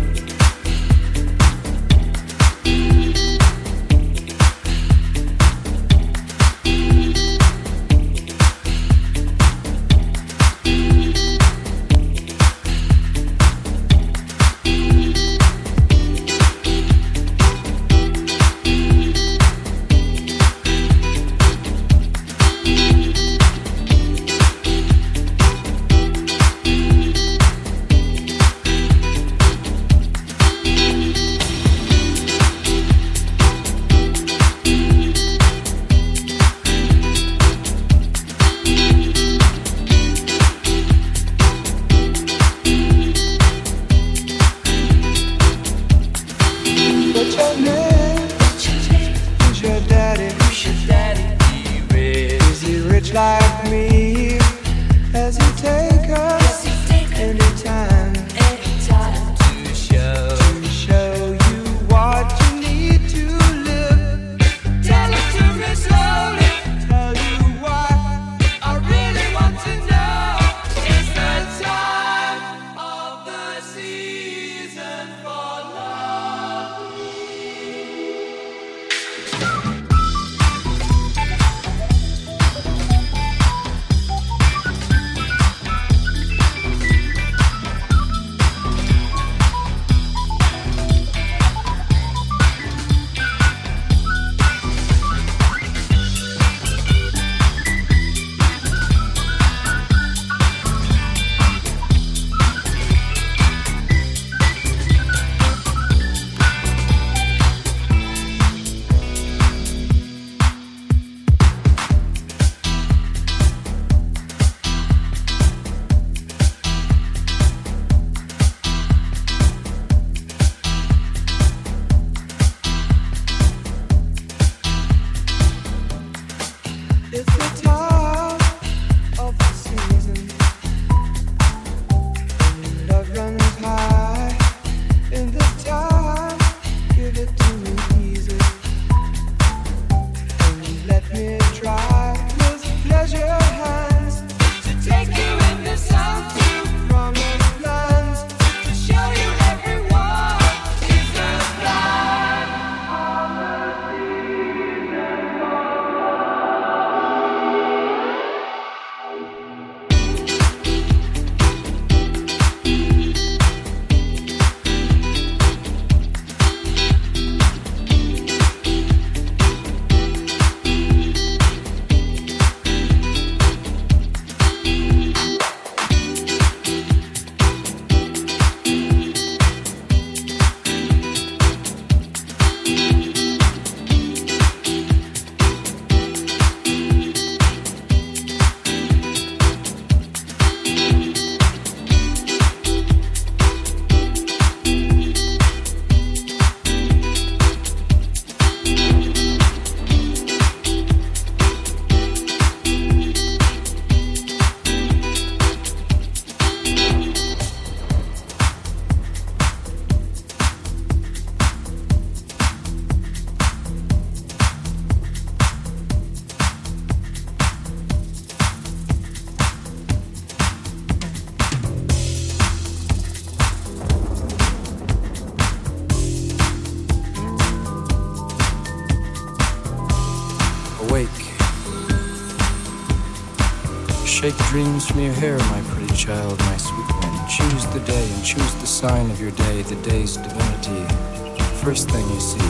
Shake dreams from your hair, my pretty child, my sweet one. Choose the day and choose the sign of your day, the day's divinity. First thing you see.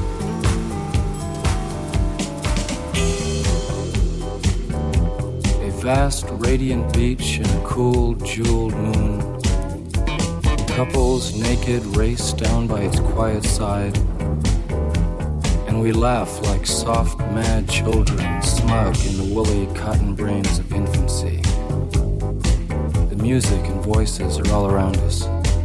A vast, radiant beach and a cool, jeweled moon. Couples naked race down by its quiet side. And we laugh like soft, mad children, smug in the woolly cotton brains of infancy. The music and voices are all around us.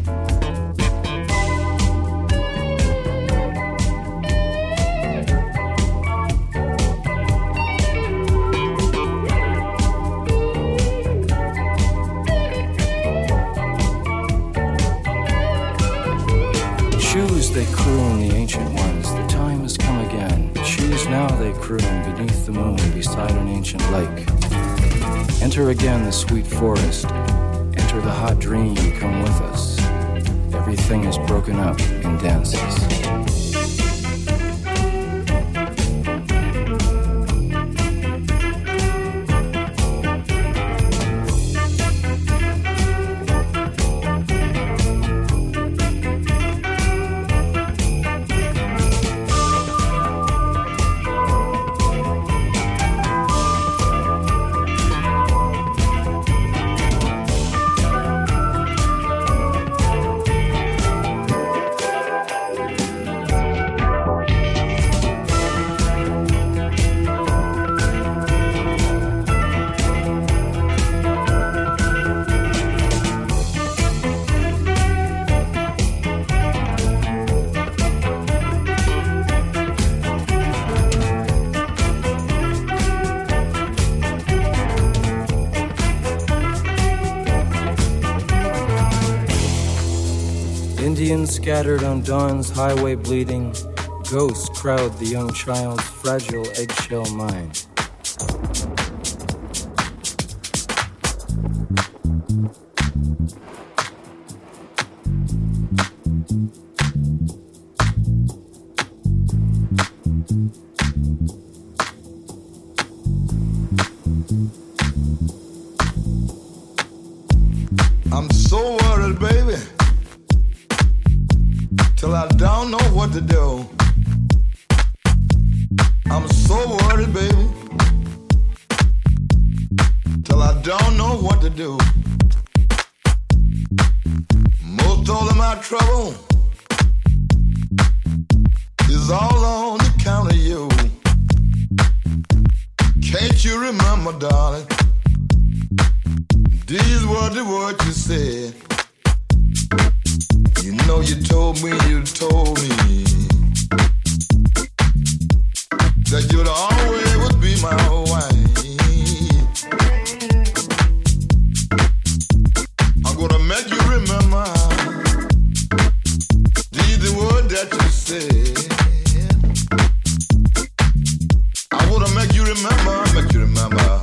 Shoes they croon, the ancient ones, the time has come again. Shoes now they croon beneath the moon beside an ancient lake. Enter again the sweet forest, enter the hot dream, come with us. everything is broken up in dances. Indians scattered on dawn's highway bleeding, ghosts crowd the young child's fragile eggshell mind. I'm so worried, baby, till I don't know what to do. I'm so worried, baby, till I don't know what to do. Most all of my trouble is all on the count of you. Can't you remember, darling? These were the words you said. You know you told me, you told me that you'd always be my wife. I'm gonna make you remember these the words that you said. I wanna make you remember, make you remember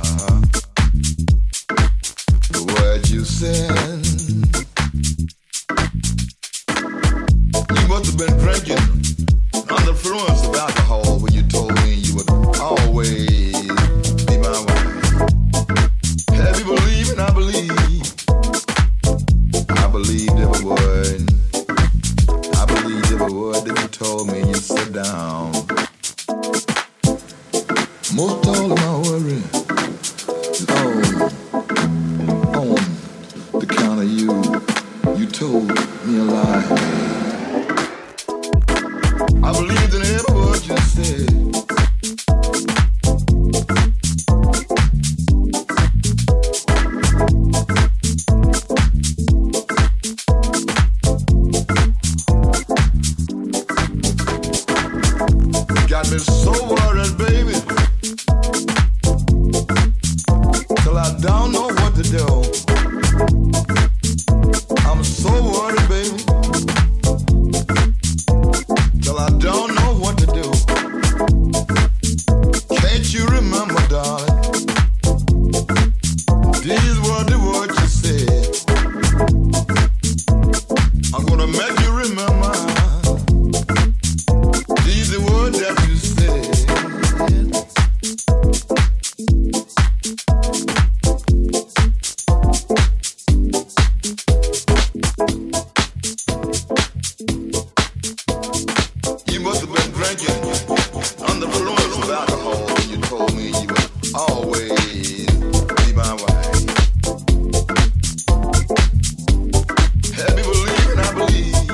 the words you said. You must have been drinking under the influence of alcohol when you told me you would always be my wife. Have you believed and I believe? I believed every word. I believed every word that you told me. You sit down. Most all of my worry is on, on the count of you. You told me a lie. I believed in every word you said. Got me so worried, baby, till I don't know what to do. I'm so worried, baby, till I don't know what to do. Can't you remember, darling? These were the words you said. I'm gonna make you remember. These are the words that you said. You must have been drinking under the influence of alcohol when you told me you would always be my wife. Have you believed and I believe?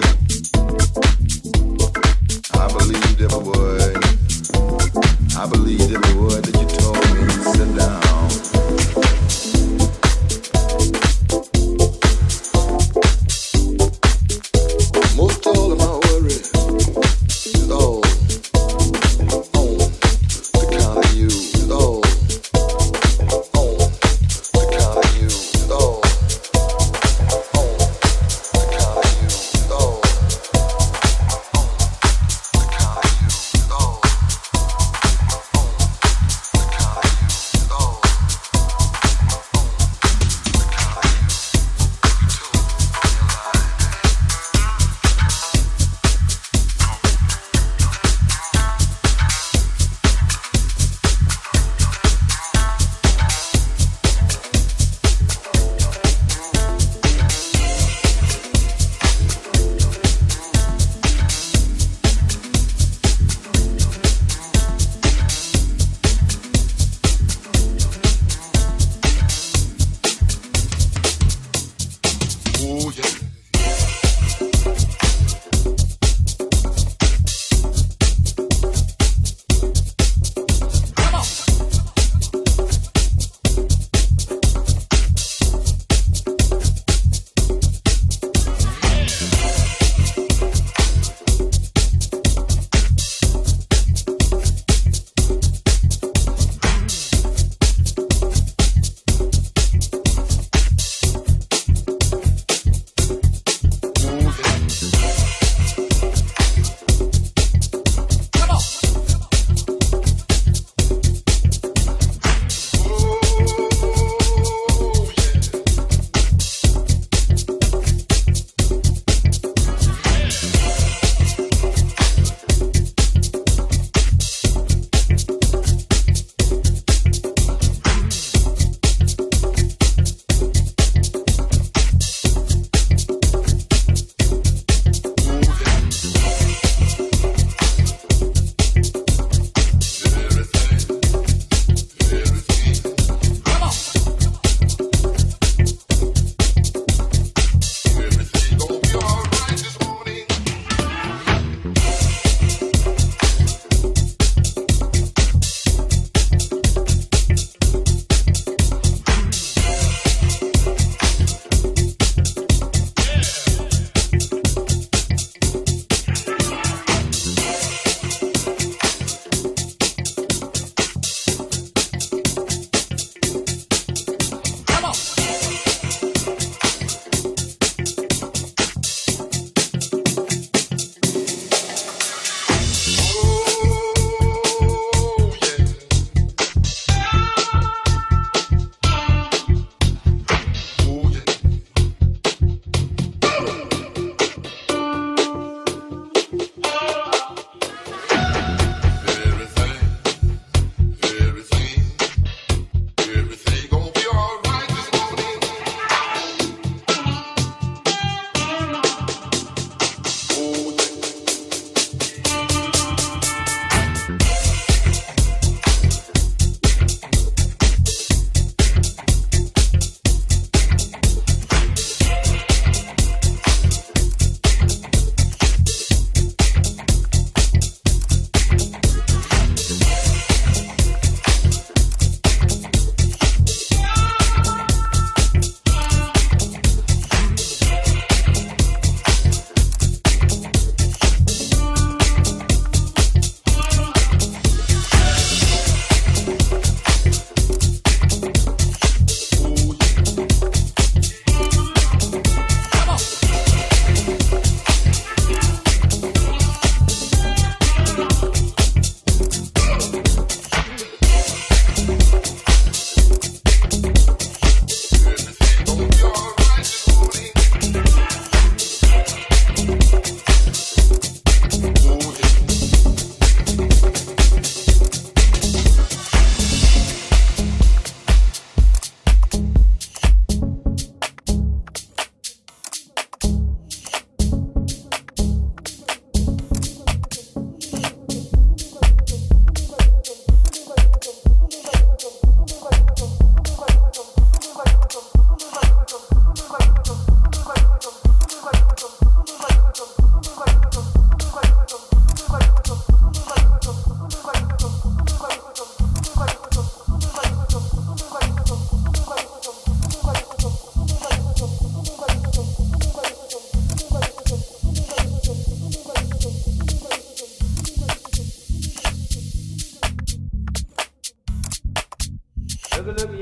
I believed every word. I believed every word that you told me. Sit down. Most all of my worry is all on the count of you. Is all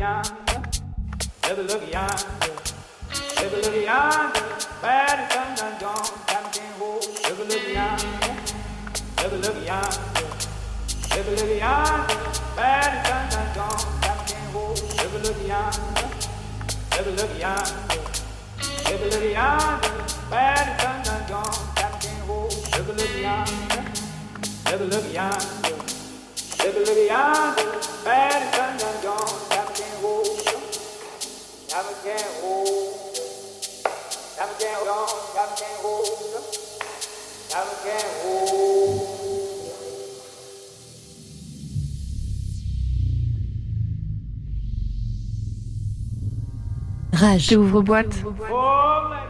yonder, take a look yonder, take a look yonder, bad and sun done gone, time can't hold. Take a look yonder, take a look yonder, take a look yonder, bad and sun done gone, time can't hold. Take a look yonder, take a look yonder, take a look yonder, bad and sun done gone, time can't hold. Take a look yonder, take a look yonder. Take a look yonder, bad and sun done gone, time can't hold, time can't hold, time can't hold, time can't hold, time can't hold. Rage. C'est ouvre-boîte. Oh, my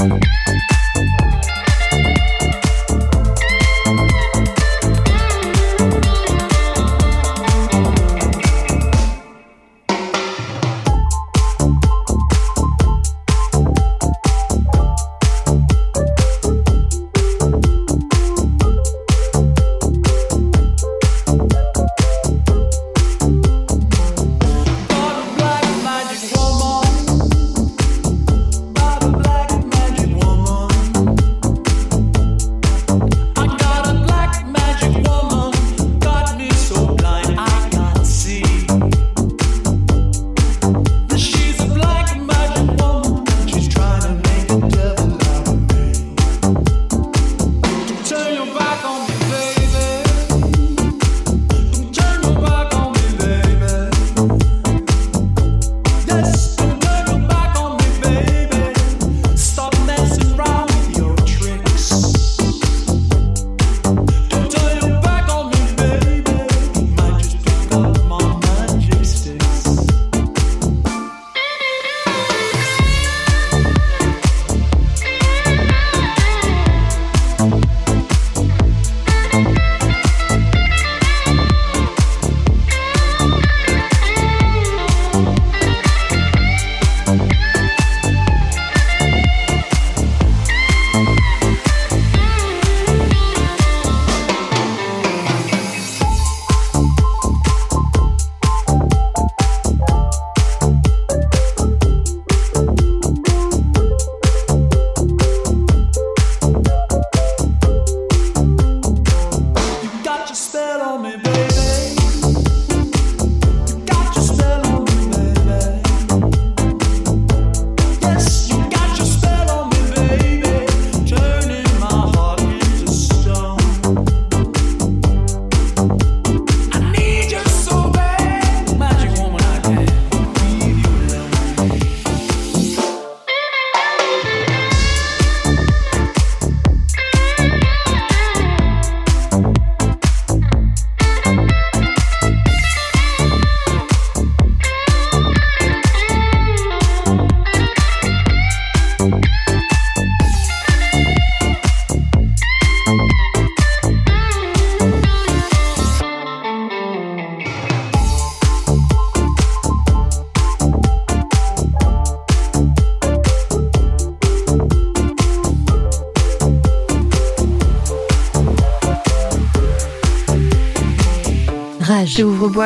Rage. Ouvre-boîte.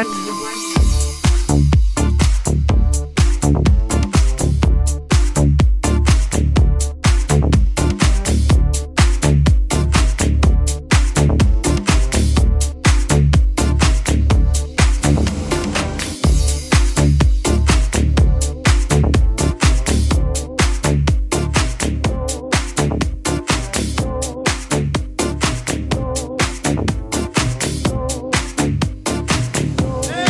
Yeah.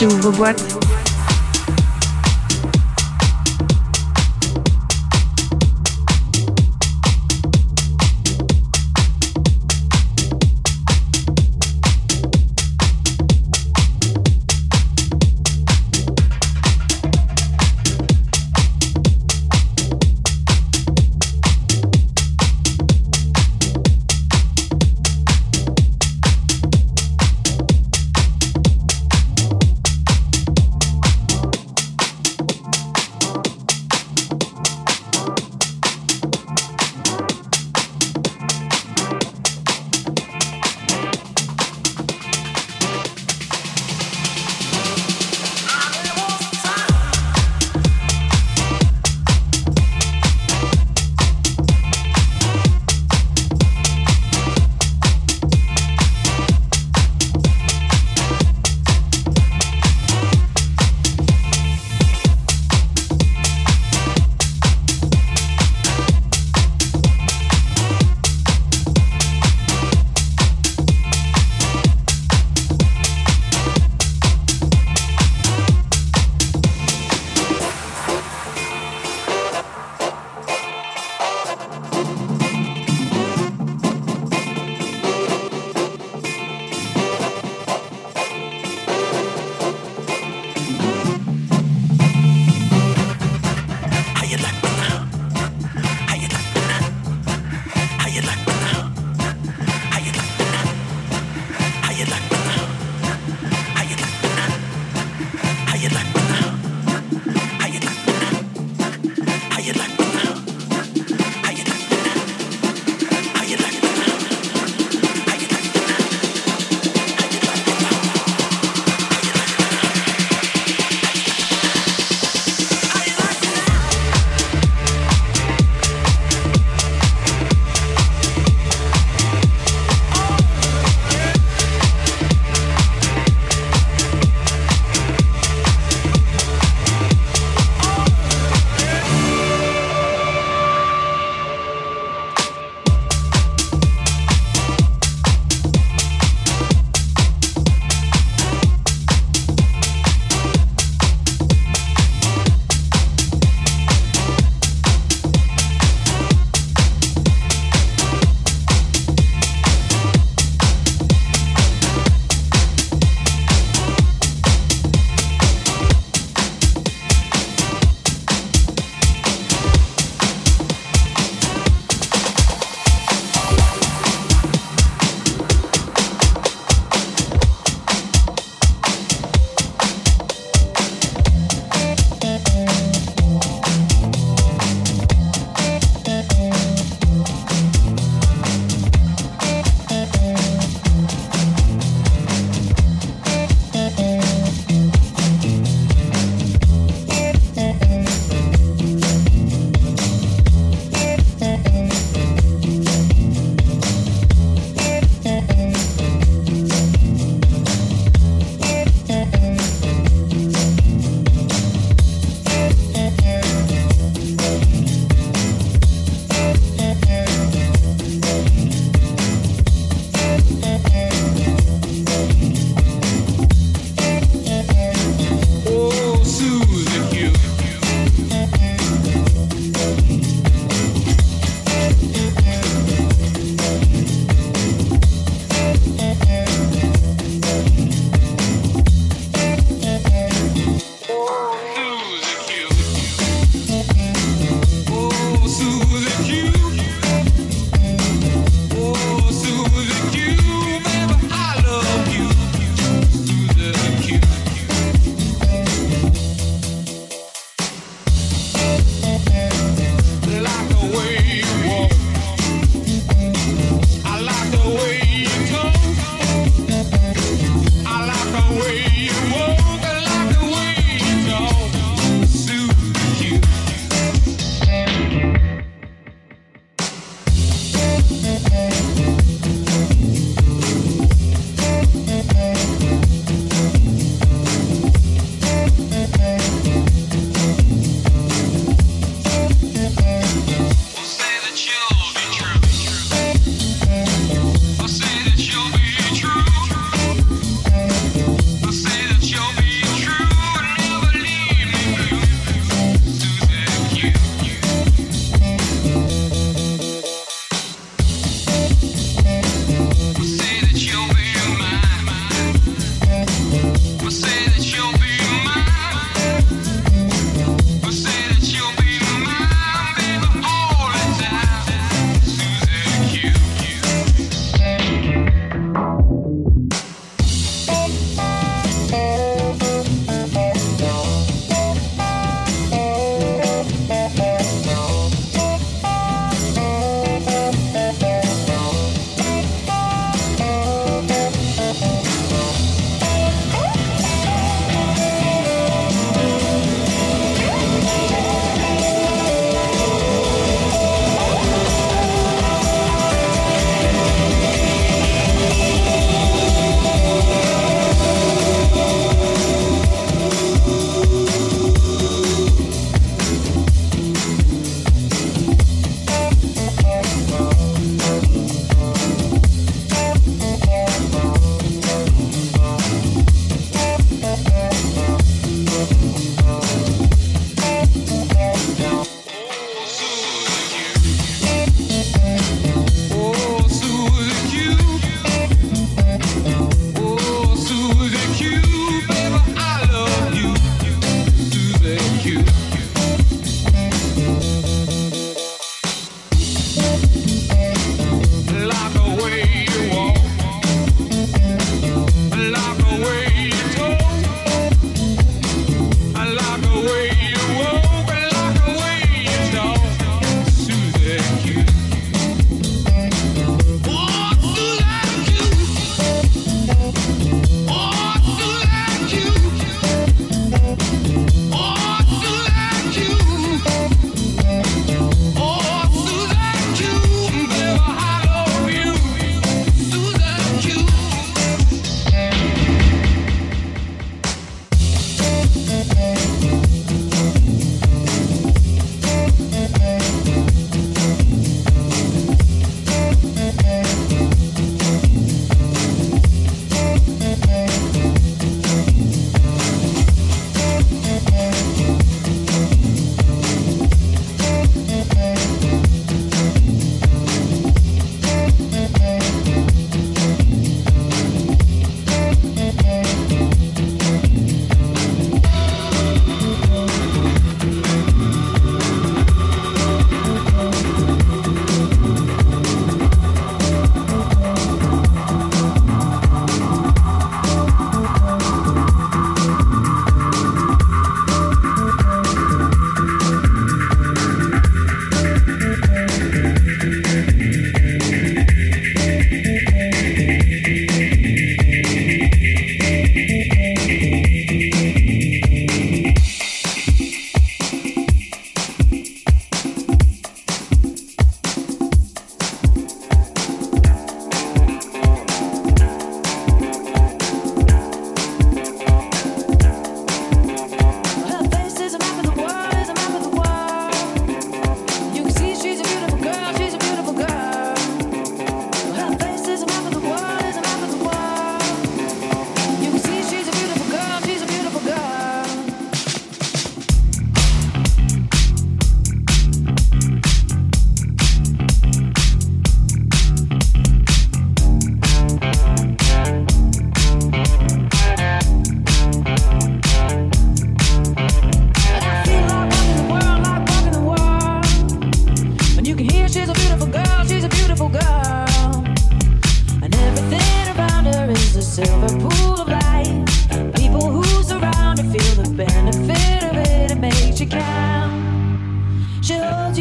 j'ouvre boîte.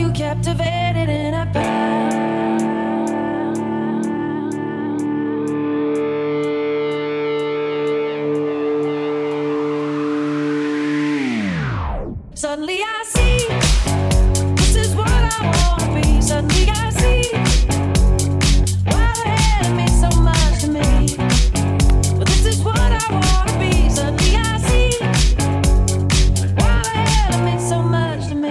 you captivated in a bound. Suddenly I see, this is what I wanna be. Suddenly I see, why the hell it means so much to me. But this is what I wanna be. Suddenly I see, why the hell it means so much to me.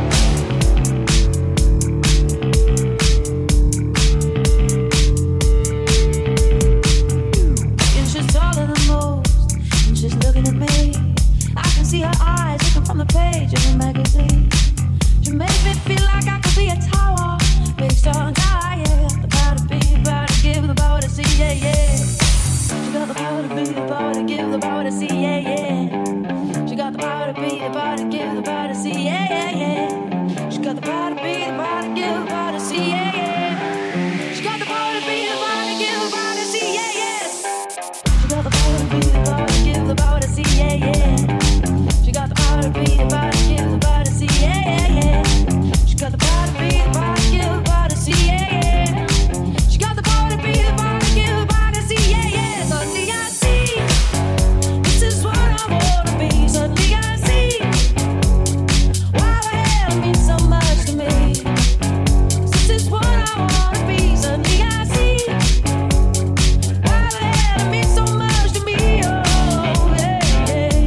And she's taller than most, and she's looking at me. I can see her eyes looking from the page of a magazine. She makes me feel like I could be a tower based on God, yeah. The power to be, the power to give, the power to see, yeah, yeah. She got the power to be, the power to give, the power to see, yeah, yeah. She got the power to be, the power to give, the power to see, yeah, yeah, yeah. She got the power to be, the power to give, the power to see, yeah, yeah. She got the power to be, the power to give, the power to see, yeah, yeah. She got the power to be, the power to give, the power to see, yeah, yeah. She got the power to be, the power to give, the power to see, yeah, yeah, yeah. She got the power to be, the power to give, the power to see, yeah, yeah. She got the power to be, the power to give, the power to see, yeah, yeah. Suddenly I see, this is what I wanna be. Suddenly I see, why the hell it means so much to me. This is what I wanna be. Suddenly I see, why the hell it means so much to me. Oh, yeah, yeah.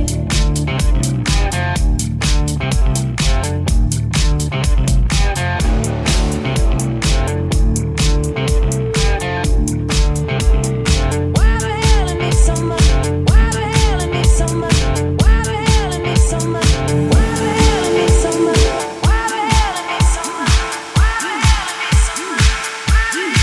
Why the hell it means so much? Why the hell it means so much? Why the hell it means so much? Why the hell it means so much? Why the hell it means so much? Why the hell it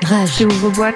Rage, ouvre-boîte.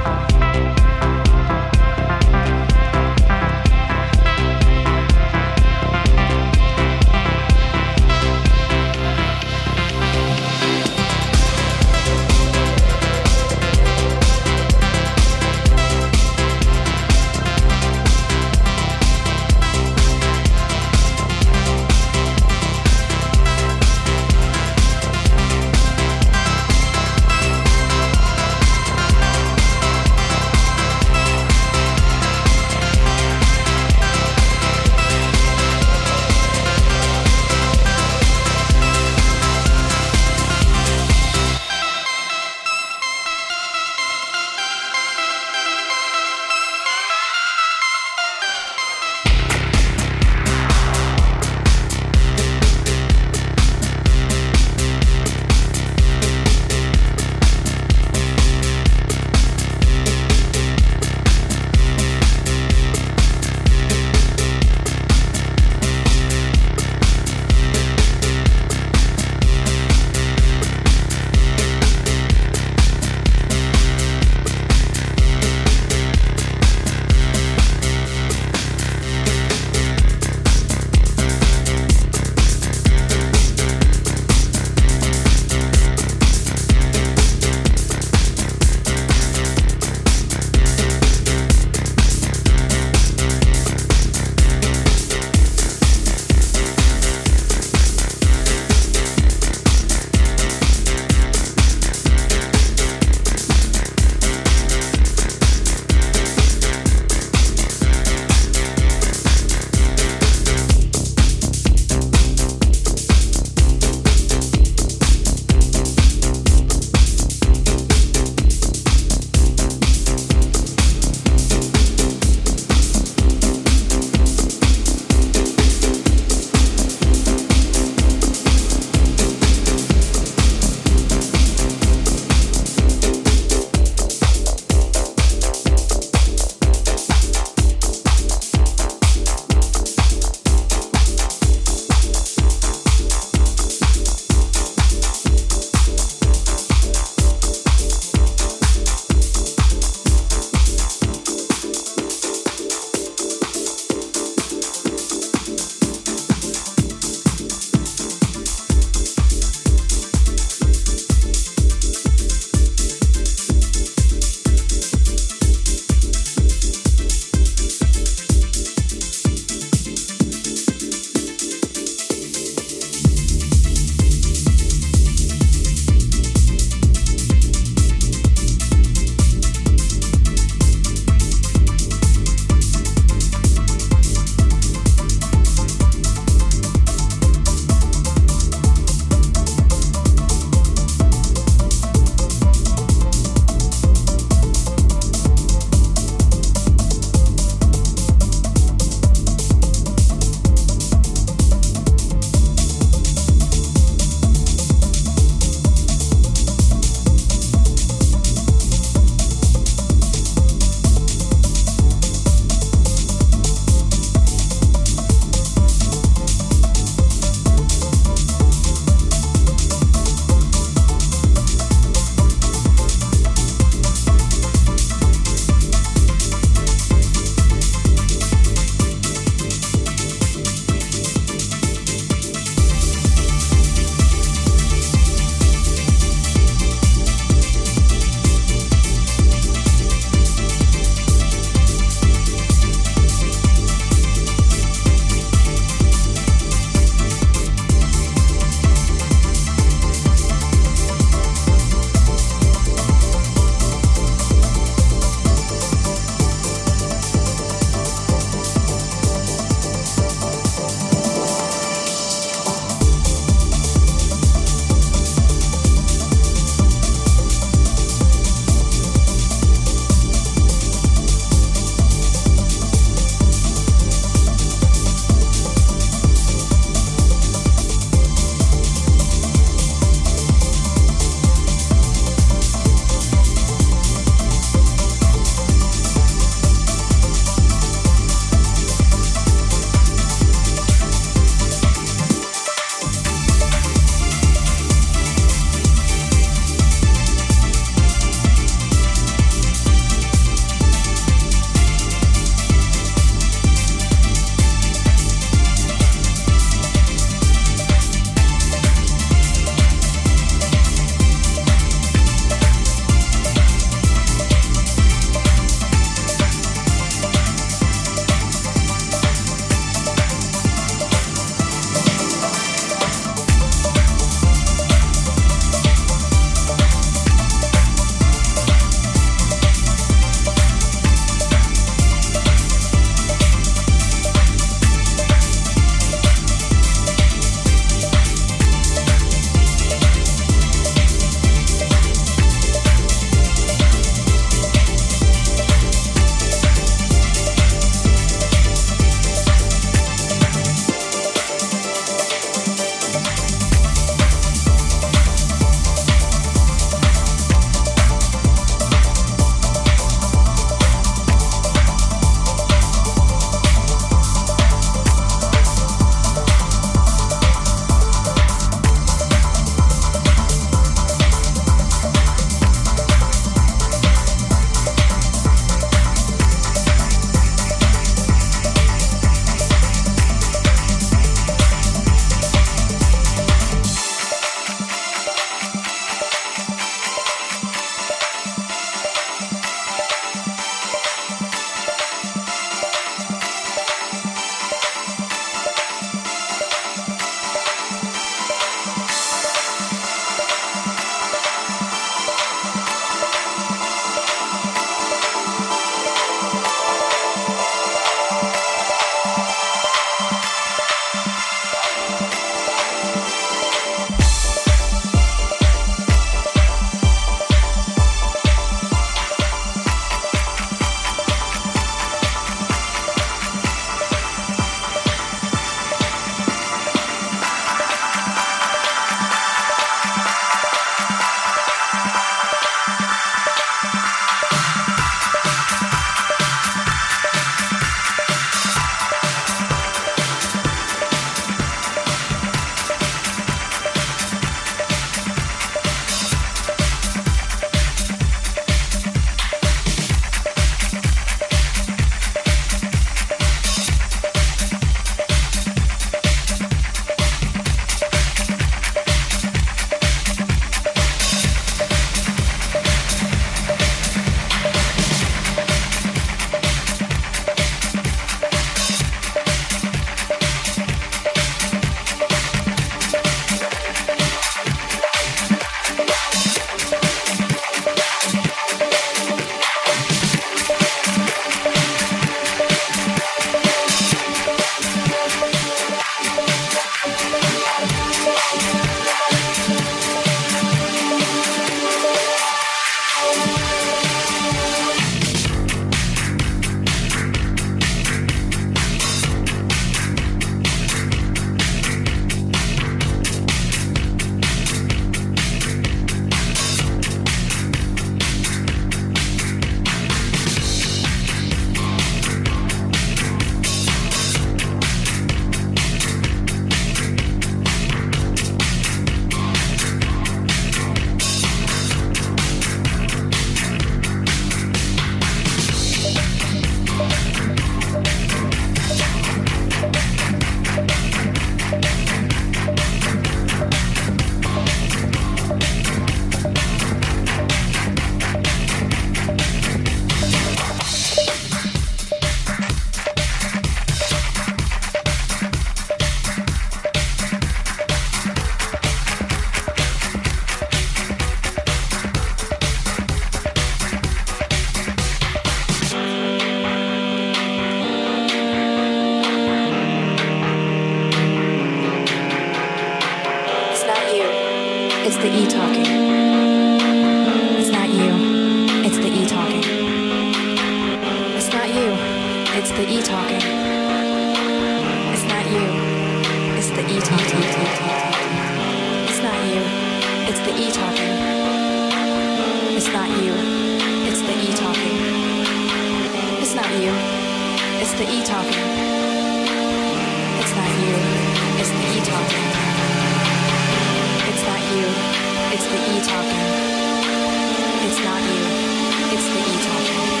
It's the E talking. It's not you. It's the E talking. It's not you. It's the E talking. It's not you. It's the E talking. It's not you. It's the E talking. It's not you. It's the E talking. It's not you. It's the E talking. It's not you. It's the E talking. It's not you. It's the E talking. It's not you. It's the E talking.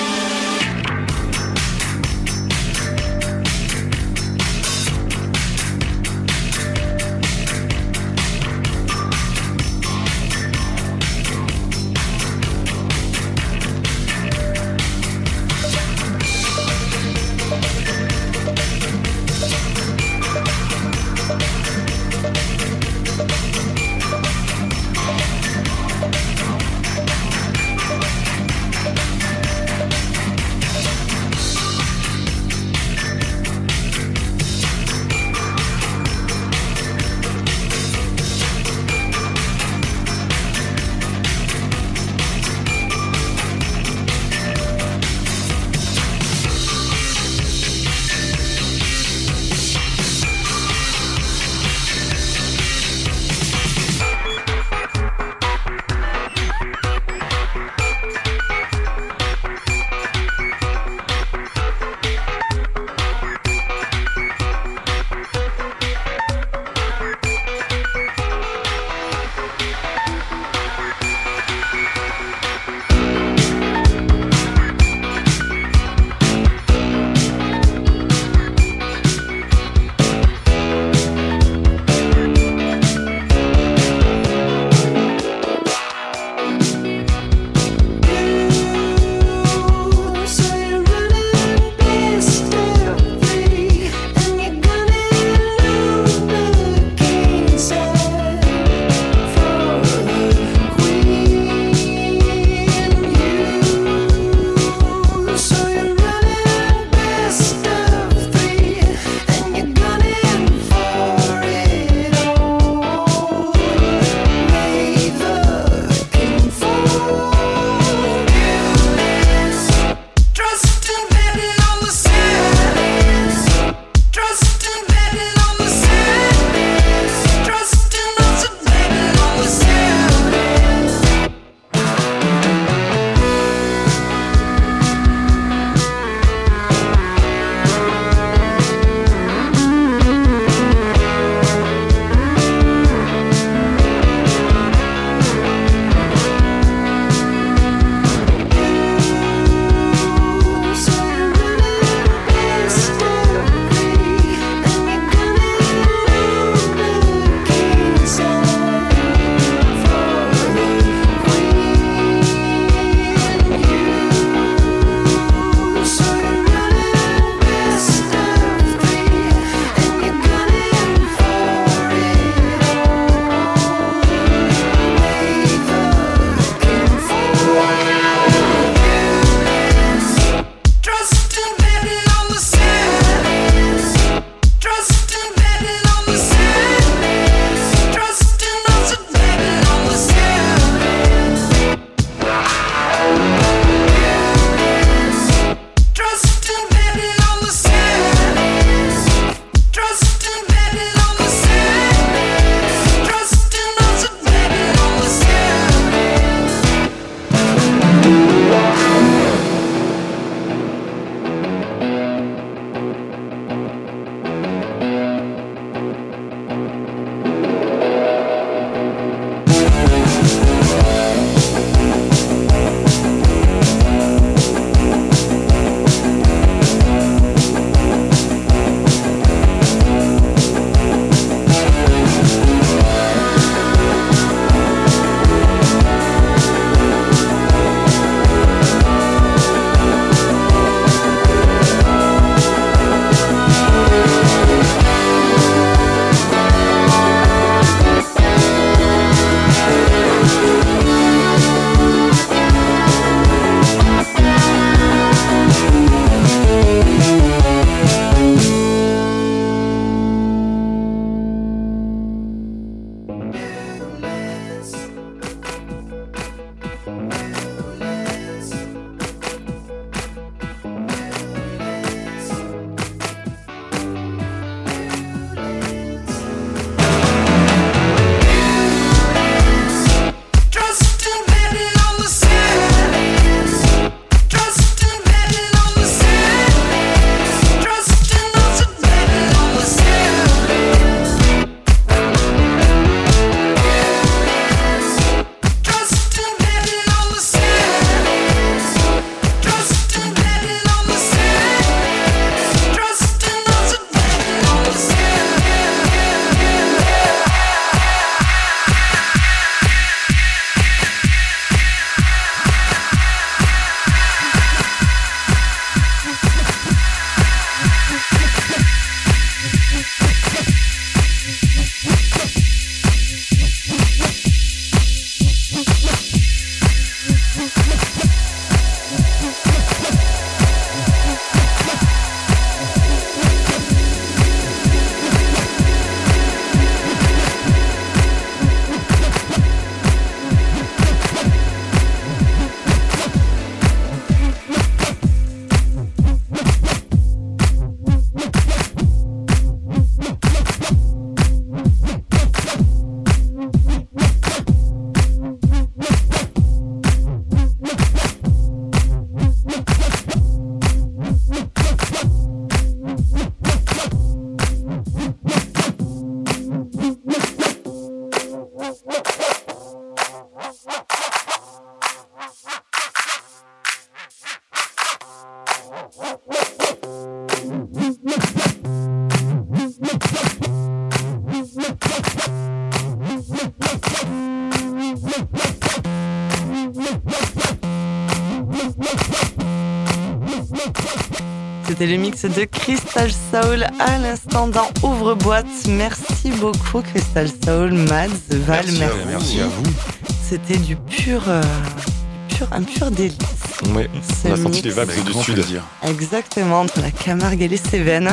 C'était le mix de Crystal Soul à l'instant dans Ouvre-boîte. Merci beaucoup Crystal Soul, Mads, Val, Merci à merci. vous. Merci à vous. C'était du pur, euh, pur, un pur délice. Oui, Ce on a senti mix. les vagues Avec du grand sud. plaisir. Exactement, entre la Camargue et les Cévennes.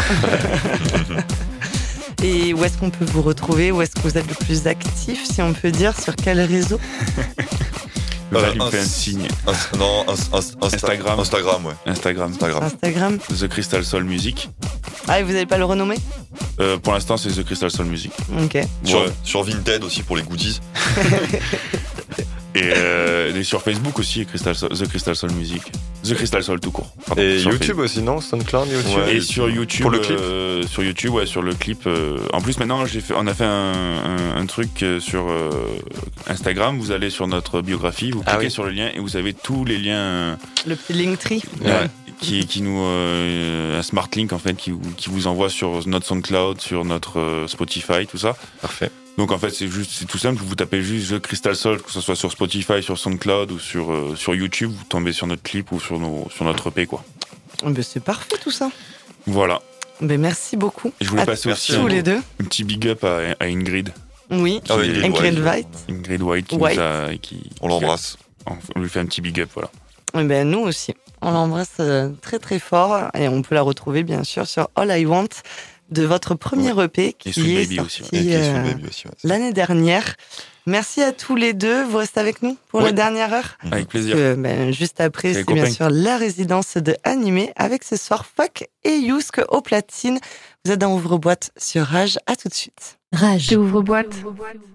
Et où est-ce qu'on peut vous retrouver? Où est-ce que vous êtes le plus actif, si on peut dire? Sur quel réseau? Val, Euh, il me fait un ins- signe. Ins- non, ins- ins- Insta- Instagram. Instagram, ouais. Instagram. Instagram. Instagram. The Crystal Soul Music. Ah, et vous n'allez pas le renommer? Euh, pour l'instant, c'est The Crystal Soul Music. Ok. Sur, Ouais. sur Vinted aussi pour les goodies. Et, euh, et sur Facebook aussi, Crystal Soul- The Crystal Soul Music. The Crystal Soul tout court. Pardon, Et sur YouTube aussi, non? SoundCloud, YouTube. Ouais. Et sur YouTube, Pour le clip. euh, sur YouTube, ouais, sur le clip. euh, en plus, maintenant, j'ai fait, on a fait un, un, un truc euh, sur euh, Instagram. Vous allez sur notre biographie, vous Ah cliquez oui. sur le lien et vous avez tous les liens euh, Le petit Linktree. ouais, qui, qui nous euh, un smart link en fait, qui, vous- qui vous envoie sur notre SoundCloud, sur notre euh, Spotify, tout ça. Parfait. Donc en fait, c'est juste, c'est tout simple. Vous tapez juste The Crystal Soul, que ce soit sur Spotify, sur SoundCloud ou sur euh, sur YouTube. Vous tombez sur notre clip ou sur nos sur notre E P quoi. Oh, ben, c'est parfait tout ça. Voilà. Ben, merci beaucoup. Et je voulais À passer merci aussi tous un, les deux. un petit big up à, à Ingrid. Oui. Ah oui, Ingrid Ingrid White. White. Ingrid White qui White. nous a, qui, On l'embrasse. on lui fait un petit big up, voilà. Eh ben, nous aussi. On l'embrasse euh, très très fort et on peut la retrouver bien sûr sur All I Want de votre premier E P qui Et Sweet est Baby aussi, sorti Et qui est sur euh, le baby aussi. Ouais. l'année dernière. Merci à tous les deux. Vous restez avec nous pour Ouais. la dernière heure. Avec plaisir. Euh, ben, juste après, C'est c'est les bien copains. sûr la résidence de Animé avec ce soir Fuck et Yousk au platine. Vous êtes dans Ouvre-boîte sur Rage. À tout de suite. Rage. Ouvre-boîte.